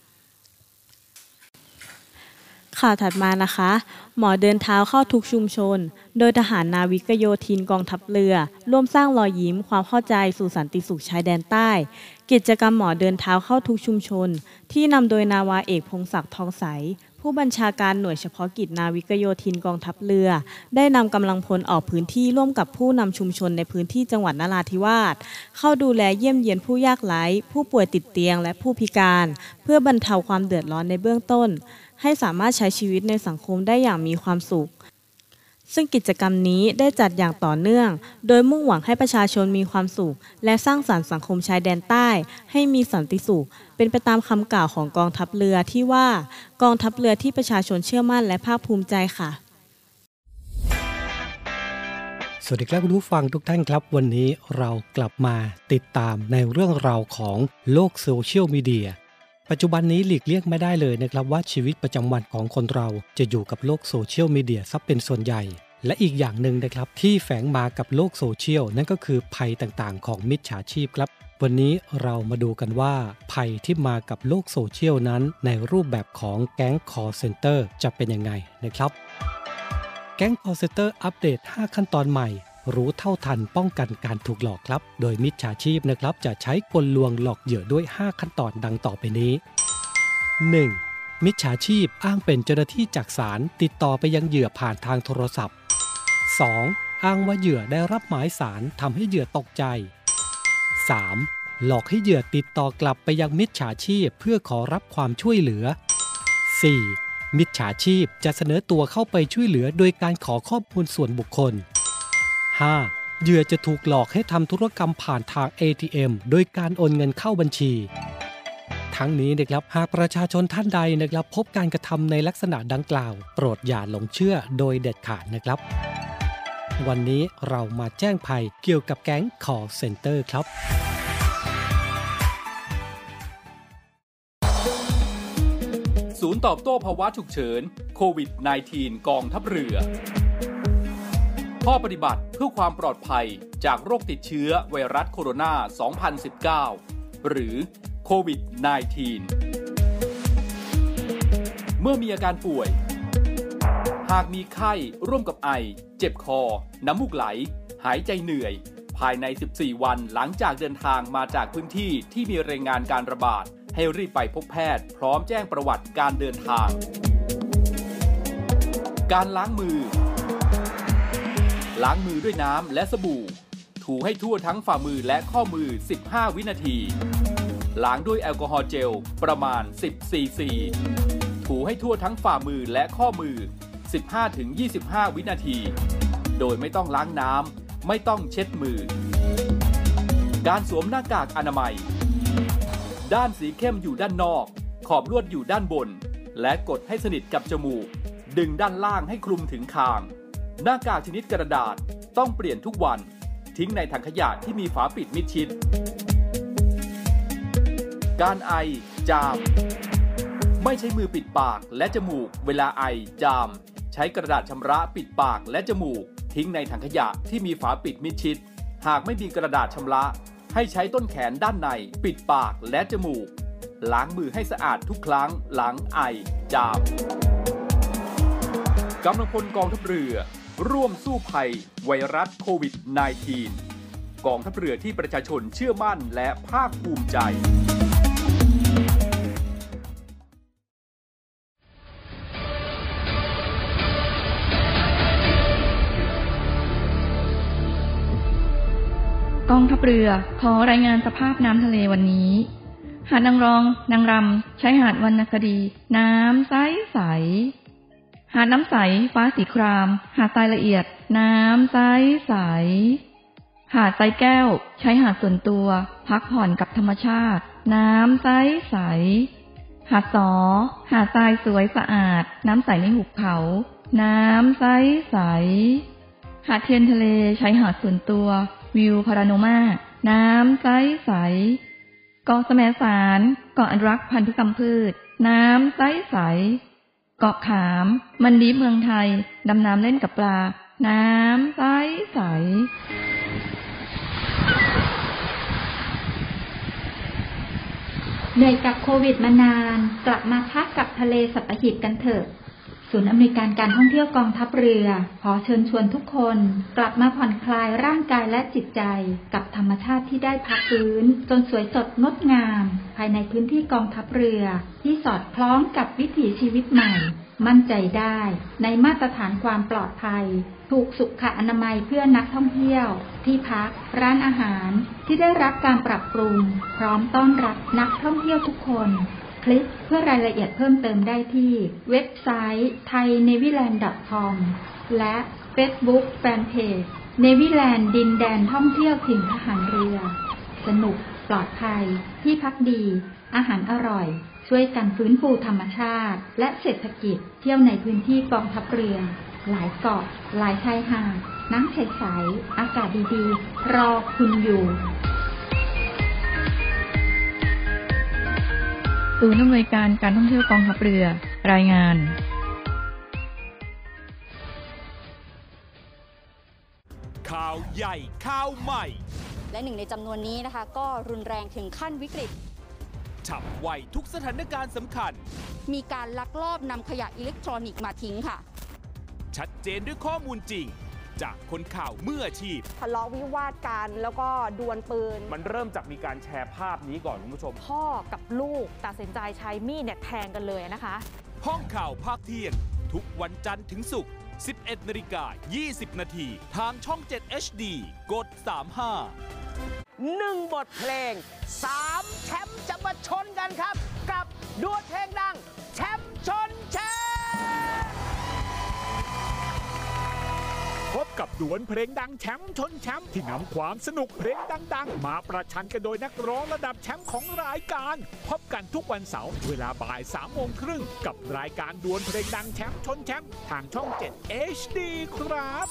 ข่าวถัดมานะคะหมอเดินเท้าเข้าทุกชุมชนโดยทหารนาวิกโยธินกองทัพเรือร่วมสร้างรอยยิ้มความเข้าใจสู่สันติสุขชายแดนใต้กิจกรรมหมอเดินเท้าเข้าทุกชุมชนที่นำโดยนาวาเอกพงศักดิ์ทองใสผู้บัญชาการหน่วยเฉพาะกิจนาวิกโยธินกองทัพเรือได้นำกำลังพลออกพื้นที่ร่วมกับผู้นำชุมชนในพื้นที่จังหวัดนราธิวาสเข้าดูแลเยี่ยมเยียนผู้ยากไร้ผู้ป่วยติดเตียงและผู้พิการเพื่อบรรเทาความเดือดร้อนในเบื้องต้นให้สามารถใช้ชีวิตในสังคมได้อย่างมีความสุขซึ่งกิจกรรมนี้ได้จัดอย่างต่อเนื่องโดยมุ่งหวังให้ประชาชนมีความสุขและสร้างสรรค์สังคมชายแดนใต้ให้มีสันติสุขเป็นไปตามคำกล่าวของกองทัพเรือที่ว่ากองทัพเรือที่ประชาชนเชื่อมั่นและภาคภูมิใจค่ะสวัสดีครับคุณผู้ฟังทุกท่านครับวันนี้เรากลับมาติดตามในเรื่องราวของโลกโซเชียลมีเดียปัจจุบันนี้หลีกเลี่ยงไม่ได้เลยนะครับว่าชีวิตประจำวันของคนเราจะอยู่กับโลกโซเชียลมีเดียซะเป็นส่วนใหญ่และอีกอย่างหนึ่งนะครับที่แฝงมากับโลกโซเชียลนั่นก็คือภัยต่างๆของมิจฉาชีพครับวันนี้เรามาดูกันว่าภัยที่มากับโลกโซเชียลนั้นในรูปแบบของแก๊ง call center จะเป็นยังไงนะครับแก๊ง call center อัปเดตห้าขั้นตอนใหม่รู้เท่าทันป้องกันการถูกหลอกครับโดยมิจฉาชีพนะครับจะใช้กลลวงหลอกเหยื่อด้วยห้าขั้นตอนดังต่อไปนี้ หนึ่ง. มิจฉาชีพอ้างเป็นเจ้าหน้าที่จากศาลติดต่อไปยังเหยื่อผ่านทางโทรศัพท์ สอง. อ้างว่าเหยื่อได้รับหมายศาลทำให้เหยื่อตกใจ สาม. หลอกให้เหยื่อติดต่อกลับไปยังมิจฉาชีพเพื่อขอรับความช่วยเหลือ สี่. มิจฉาชีพจะเสนอตัวเข้าไปช่วยเหลือโดยการขอข้อมูลส่วนบุคคลห้า. เหยื่อจะถูกหลอกให้ทำธุรกรรมผ่านทาง เอ ที เอ็ม โดยการโอนเงินเข้าบัญชีทั้งนี้นะครับหากประชาชนท่านใดนะครับพบการกระทำในลักษณะดังกล่าวโปรดอย่าหลงเชื่อโดยเด็ดขาดนะครับวันนี้เรามาแจ้งภัยเกี่ยวกับแก๊ง call center ครับศูนย์ตอบโต้ภาวะฉุกเฉินโควิด สิบเก้า กองทัพเรือข้อปฏิบัติเพื่อความปลอดภัยจากโรคติดเชื้อไวรัสโคโรนา สองพันสิบเก้า หรือโควิด สิบเก้า เมื่อมีอาการป่วยหากมีไข้ร่วมกับไอเจ็บคอน้ำมูกไหลหายใจเหนื่อยภายในสิบสี่วันหลังจากเดินทางมาจากพื้นที่ที่มีรายงานการระบาดให้รีบไปพบแพทย์พร้อมแจ้งประวัติการเดินทางการล้างมือล้างมือด้วยน้ำและสบู่ถูให้ทั่วทั้งฝ่ามือและข้อมือสิบห้าวินาทีล้างด้วยแอลกอฮอล์เจลประมาณสิบซีซีถูให้ทั่วทั้งฝ่ามือและข้อมือ สิบห้าถึงยี่สิบห้า วินาทีโดยไม่ต้องล้างน้ำไม่ต้องเช็ดมือการสวมหน้ากากอนามัยด้านสีเข้มอยู่ด้านนอกขอบลวดอยู่ด้านบนและกดให้สนิทกับจมูกดึงด้านล่างให้คลุมถึงคางหน้ากากชนิดกระดาษต้องเปลี่ยนทุกวันทิ้งในถังขยะที่มีฝาปิดมิดชิดการไอจามไม่ใช้มือปิดปากและจมูกเวลาไอจามใช้กระดาษชำระปิดปากและจมูกทิ้งในถังขยะที่มีฝาปิดมิดชิดหากไม่มีกระดาษชำระให้ใช้ต้นแขนด้านในปิดปากและจมูกล้างมือให้สะอาดทุกครั้งหลังไอจามกำลังพลกองทัพเรือร่วมสู้ภัยไวรัสโควิด สิบเก้า กองทัพเรือที่ประชาชนเชื่อมั่นและภาคภูมิใจกองทัพเรือขอรายงานสภาพน้ำทะเลวันนี้หาดนางรองนางรำชายหาดวรรณคดีน้ำใสใสหาดน้ำใสฟ้าสีครามหาดทรายละเอียดน้ำใสใสหาดทรายแก้วใช้หาดส่วนตัวพักผ่อนกับธรรมชาติน้ำใสใสหาดสอหาดทรายสวยสะอาดน้ำใสในหุบเขาน้ำใสใสหาดเทียนทะเลใช้หาดส่วนตัววิวพาราโนมาน้ำใสใสเกาะแสมสารเกาะอนุรักษ์พันธุกรรมพืชน้ำใสใสเกาะขามมันดีเมืองไทยดำน้ำเล่นกับปลาน้ำใสใสเหนื่อยกับโควิดมานานกลับมาพักกับทะเลสัตหีบกันเถอะศูนย์อำนวยการการท่องเที่ยวกองทัพเรือขอเชิญชวนทุกคนกลับมาผ่อนคลายร่างกายและจิตใจกับธรรมชาติที่ได้พักฟื้นจนสวยสดงดงามภายในพื้นที่กองทัพเรือที่สอดคล้องกับวิถีชีวิตใหม่มั่นใจได้ในมาตรฐานความปลอดภัยถูกสุขอนามัยเพื่อนักท่องเที่ยวที่พักร้านอาหารที่ได้รับการปรับปรุงพร้อมต้อนรับนักท่องเที่ยวทุกคนคลิกเพื่อรายละเอียดเพิ่มเติมได้ที่เว็บไซต์ ไทยเนวิแลนด์ ดอท คอม และ Facebook Fanpage เนวิแลนด์ดินแดนท่องเที่ยวถิ่นทหารเรือสนุกปลอดภัยที่พักดีอาหารอร่อยช่วยกันฟื้นฟูธรรมชาติและเศรษฐกิจเที่ยวในพื้นที่กองทัพเรือหลายเกาะหลายชายหาดน้ำใสๆอากาศดีๆรอคุณอยู่ศูนย์อำนวยการการท่องเที่ยวกองทัพเรือรายงานข่าวใหญ่ข่าวใหม่และหนึ่งในจำนวนนี้นะคะก็รุนแรงถึงขั้นวิกฤตฉับไวทุกสถานการณ์สำคัญมีการลักลอบนำขยะอิเล็กทรอนิกส์มาทิ้งค่ะชัดเจนด้วยข้อมูลจริงจากคนข่าวมืออาชีพทะเลาะวิวาทกันแล้วก็ดวลปืนมันเริ่มจากมีการแชร์ภาพนี้ก่อนคุณผู้ชมพ่อกับลูกตัดสินใจใช้มีดเนี่ยแทงกันเลยนะคะห้องข่าวภาคเที่ยงทุกวันจันทร์ถึงศุกร์ สิบเอ็ดนาฬิกายี่สิบนาทีทางช่องเจ็ด เอช ดี กดสามสิบห้าหนึ่งบทเพลงสามแชมป์จะมาชนกันครับกับดวลเพลงดังแชมป์ชนแชมป์พบกับดวลเพลงดังแชมป์ชนแชมป์ที่นำความสนุกเพลงดังๆมาประชันกันโดยนักร้องระดับแชมป์ของรายการพบกันทุกวันเสาร์เวลาบ่ายสามโมงครึ่งกับรายการดวลเพลงดังแชมป์ชนแชมป์ทางช่องเจ็ด เอช ดี ครับ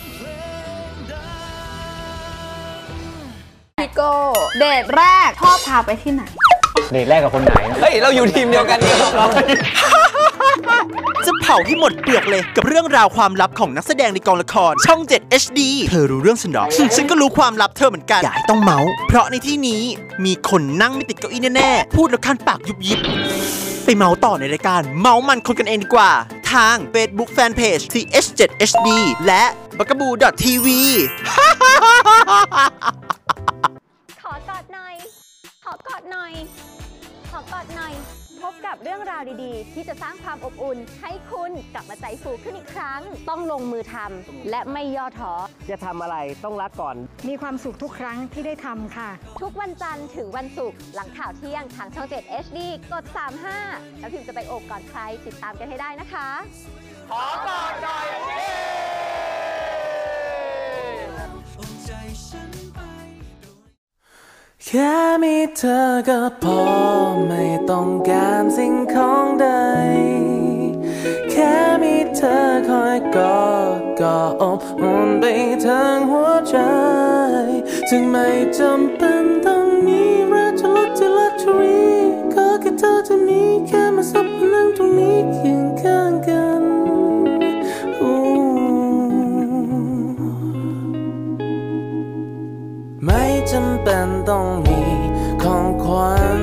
พี่โก้เดทแรกชอบพาไปที่ไหนเดทแรกกับคนไหนเฮ้ยเราอยู่ทีมเดียวกันเนี่ยจะเผาให้หมดเปลือกเลยกับเรื่องราวความลับของนักแสดงในกองละครช่องเจ็ด เอช ดี เธอรู้เรื่องฉันหรอฉันก็รู้ความลับเธอเหมือนกันอย่าให้ต้องเมาเพราะในที่นี้มีคนนั่งไม่ติดเก้าอี้แน่ๆพูดแล้วคันปากยุบยิบไปเมาต่อในรายการเมามันคนกันเองดีกว่าทาง Facebook Fanpage ที เอช เจ็ด เอช ดี และบักกะบู ดอท ที วีขอกอดหน่อยขอกอดหน่อยขอกอดหน่อยพบกับเรื่องราวดีๆที่จะสร้างความอบอุ่นให้คุณกลับมาใจฟูขึ้นอีกครั้งต้องลงมือทำและไม่ย่อท้อจะทำอะไรต้องรักก่อนมีความสุขทุกครั้งที่ได้ทำค่ะทุกวันจันทร์ถึงวันศุกร์หลังข่าวเที่ยงทางช่องเจ็ด เอช ดี กดสามสิบห้าแล้วพิมจะไปโอบก่อนใครติดตามกันให้ได้นะคะขอกอดหน่อยแค่มีเธอก็พอไม่ต้องการสิ่งของใดแค่มีเธอคอยกอดก็อบอุ่นไปทั้งหัวใจจึงไม่จำเป็นต้องมีราชรถจะลักชัวรี่ก็แค่เธอจะมีแค่มาสับมานั่งตรงนี้เคียงข้างกันไม่จำเป็นต้องมีของขวัญ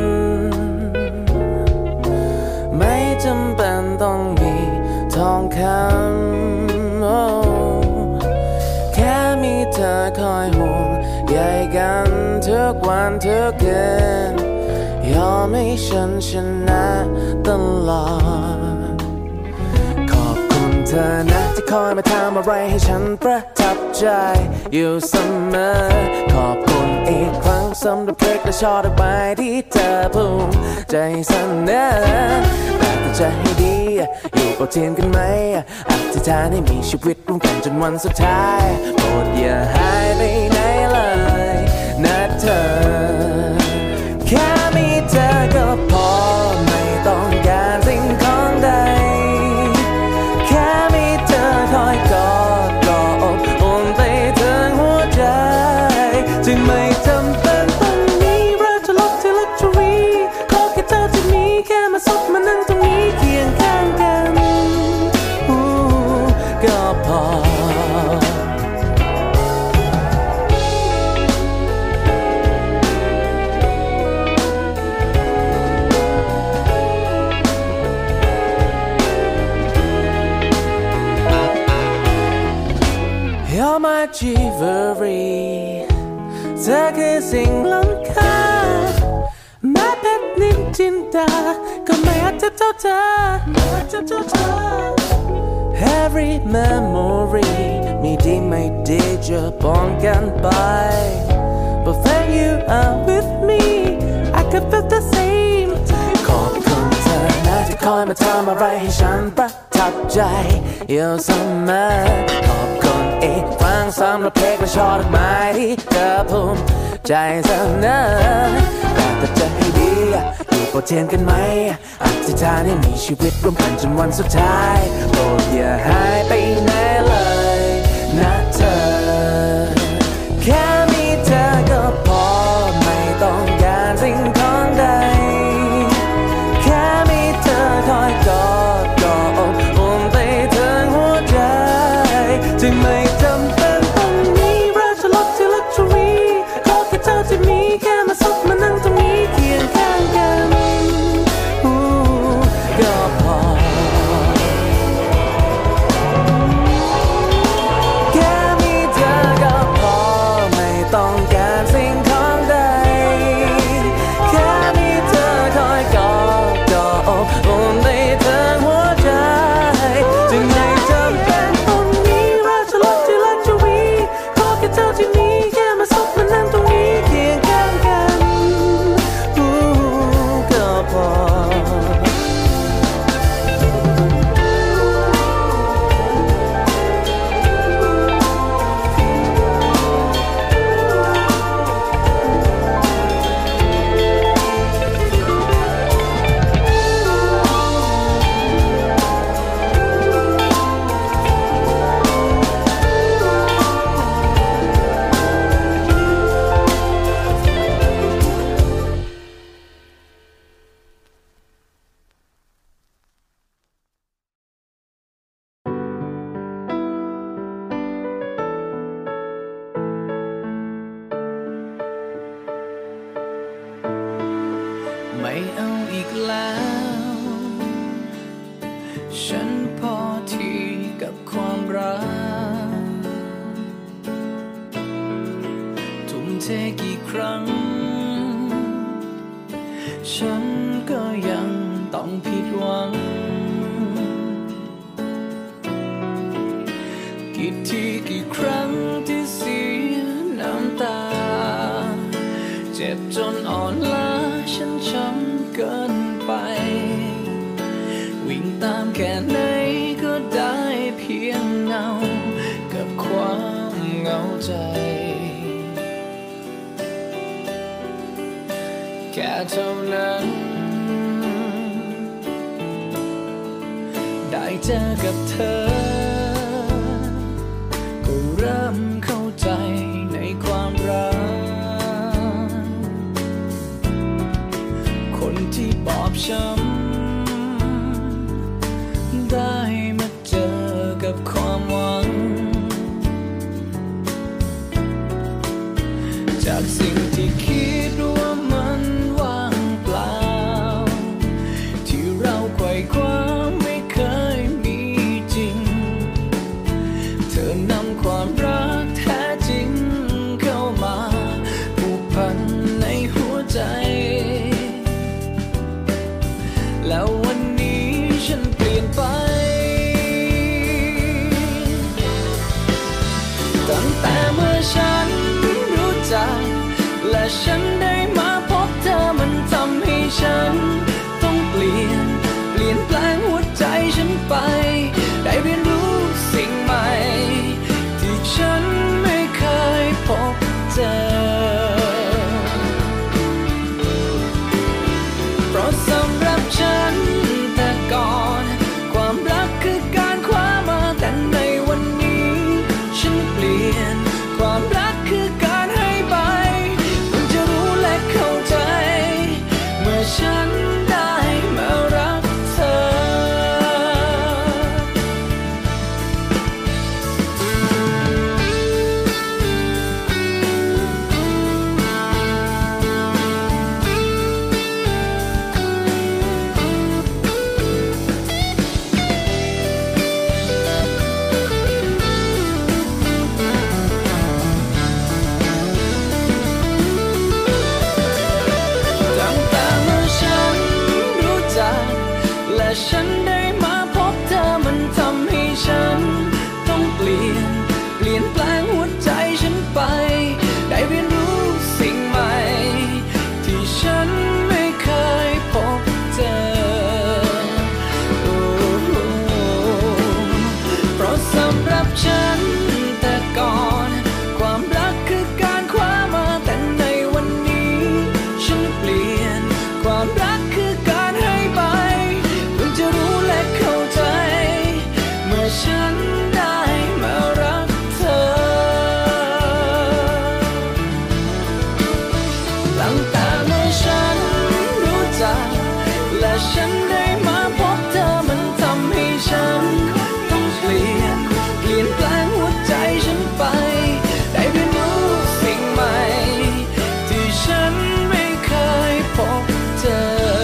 ไม่จำเป็นต้องมีทองคำ oh. แค่มีเธอคอยห่วงใยกันทุกวันทุกคืนยอมให้ฉันชนะตลอดขอบคุณเธอนะที่คอยมาทำอะไรให้ฉันประทับใจอยู่เสมอขอบคุณอีกครั้งสำหรับเพลงและช่อดอกไม้ที่เธอภูมิใจเสนอแต่ถ้าจะให้ดีอยู่เอาเทียนกันไหมอธิษฐานให้มีชีวิตร่วมกันจนวันสุดท้ายโปรดอย่าหายไปไหนเลยนะเธอแค่มีเธอก็พอไม่ต้องการสิ่งของใดแค่มีเธอคอยกอดกอดอบอุ่นไปถึงหัวใจจึงไม่จำเป็นต้องมีรักจะลบที่ลักชัวรี่ขอแค่เธอที่มีแค่มาซบมานั่งตรงนี้เคียงข้างกันก็พอYou're my jewelry เธอคือสิ่งล้ำค่าแม้เพชรนินจินดาก็ไม่อาจจะเท่าเธอ Every memory มีดีไม่ดีจะป้องกันไป But when you are with me I can feel the same ขอบคุณเธอนะที่คอยมาทำอะไรให้ฉันประทับใจอยู่เสมอขอบคุณอีกครั้งสำหรับเพลงและช่อดอกไม้ที่เธอภูมิใจเสนอแต่ถ้าจะให้ดีอยู่โปรดเทียนกันไหมอธิษฐานให้มีชีวิตร่วมกันจนวันสุดท้ายโปรดอย่าหายไปไหนเลยนะเธอแค่มีเธอก็พอไม่ต้องการสิ่งของใดแค่มีเธอคอยกอดกอดอบอุ่นไปถึงหัวใจจึงไม่จำเป็นต้องมีรักจะลบที่ลักชัวรี่ขอแค่เธอที่มีแค่มาซบมานั่งตรงนี้เคียงข้างกันก็พอแค่มีเธอก็พอไม่ต้องการสิ่งของใดแค่มีเธอคอยกอดกอดอบอุ่นไปถึงหัวใจจึงไม่จำเป็นต้องมีรักจะลบที่ลักชัวรี่ขอแค่เธอที่มีแค่มาซบมานั่งตรงนี้เคียงข้างกันก็พอไม่เอาอีกแล้วฉันพอที่กับความรักทุ่มเทกี่ครั้งฉันก็ยังต้องผิดหวังกี่ทีกี่ครั้งที่เสียน้ำตาเจ็บจนอ่อนล้าฉันช้ำเกินไปวิ่งตามแค่ไหนก็ได้เพียงเงากับความเหงาใจแค่เท่านั้นได้เจอกับเธอก็เริ่มเข้าใจในความรักคนที่บอบช้ำได้มาเจอกับความหวังจากสิ่งที่คิดว่ามันว่างเปล่าที่เราไขว่คว้าไม่เคยมีจริงเธอนำความรักแท้จริงเข้ามาผูกพันในหัวใจและฉันได้มาพบเธอมันทำให้ฉันต้องเปลี่ยนเปลี่ยนแปลงหัวใจฉันไปได้เรียนรู้สิ่งใหม่ที่ฉันไม่เคยพบเจอเพราะสำหรับฉันแต่ก่อนความรักคือการคว้ามาแต่ในวันนี้ฉันเปลี่ยนความรักคือการให้ไปเพิ่งจะรู้และเข้าใจเมื่อฉันได้มารักเธอตั้งแต่เมื่อฉันรู้จักและฉันได้มาพบเธอมันทำให้ฉันต้องเปลี่ยนเปลี่ยนแปลงหัวใจฉันไปได้เรียนรู้สิ่งใหม่ที่ฉันไม่เคยพบเจอ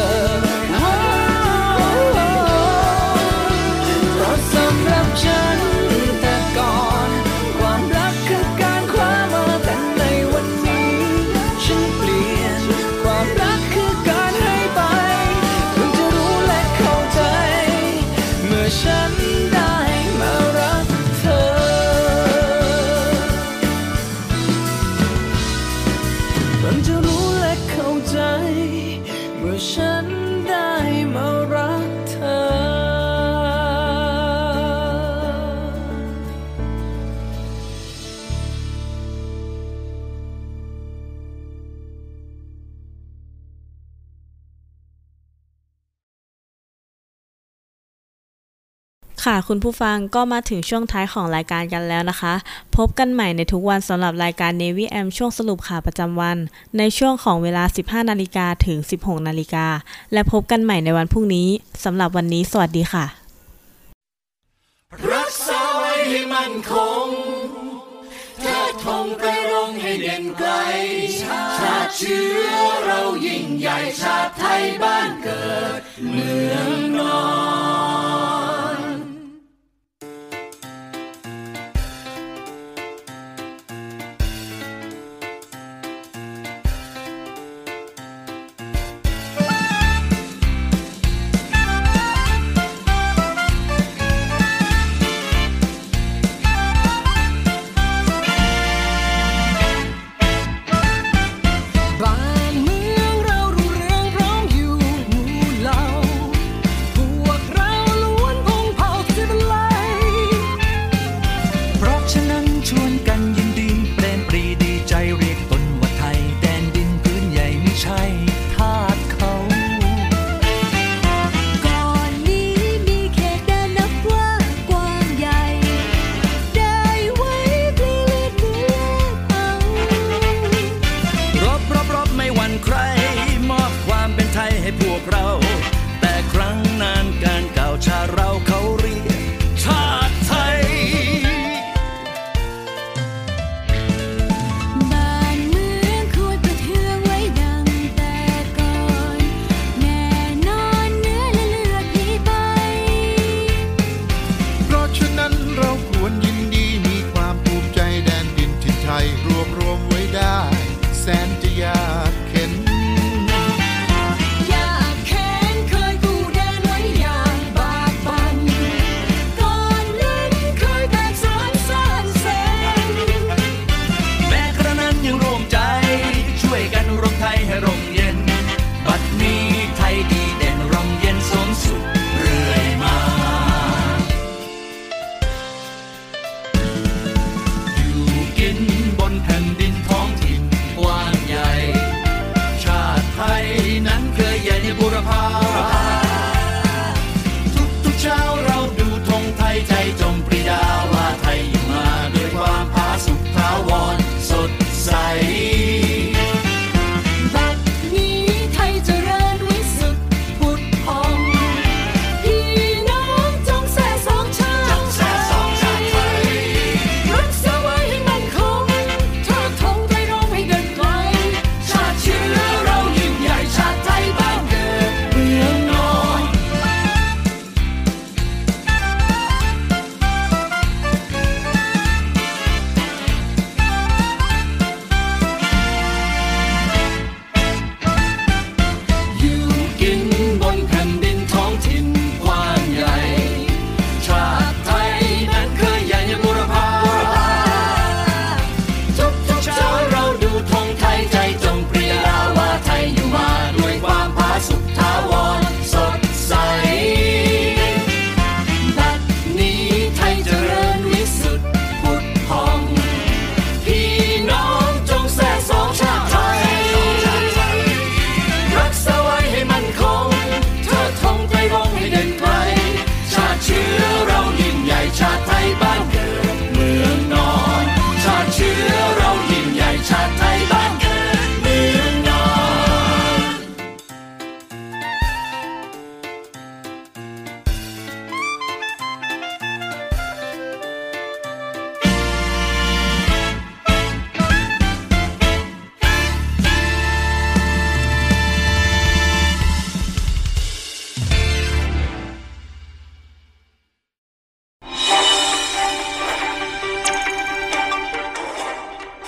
เพราะสำหรับฉันแต่ก่อนความรักคือการคว้ามาแต่ในวันนี้ฉันเปลี่ยนความรักคือการให้ไปเพิ่งจะรู้และเข้าใจเมื่อฉันได้มารักเธอเพิ่งจะรู้และเข้าใจเมื่อฉันได้มารักเธอค่ะคุณผู้ฟังก็มาถึงช่วงท้ายของรายการกันแล้วนะคะพบกันใหม่ในทุกวันสำหรับรายการ Navy Am ช่วงสรุปข่าวประจำวันในช่วงของเวลา สิบห้านาฬิกา ถึง สิบหกนาฬิกาและพบกันใหม่ในวันพรุ่งนี้สำหรับวันนี้สวัสดีค่ะรักษาไว้ให้มั่นคงเธอทงไตรรงค์ให้เด่นไกลชาติเชื้อเรายิ่งใหญ่ชาติไทยบ้านเกิดเมืองนอนแสนจะยากเข็นยากเข็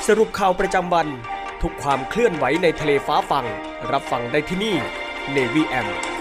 สรุปข่าวประจำวันทุกความเคลื่อนไหวในทะเลฟ้าฟังรับฟังได้ที่นี่ Navy เอ เอ็ม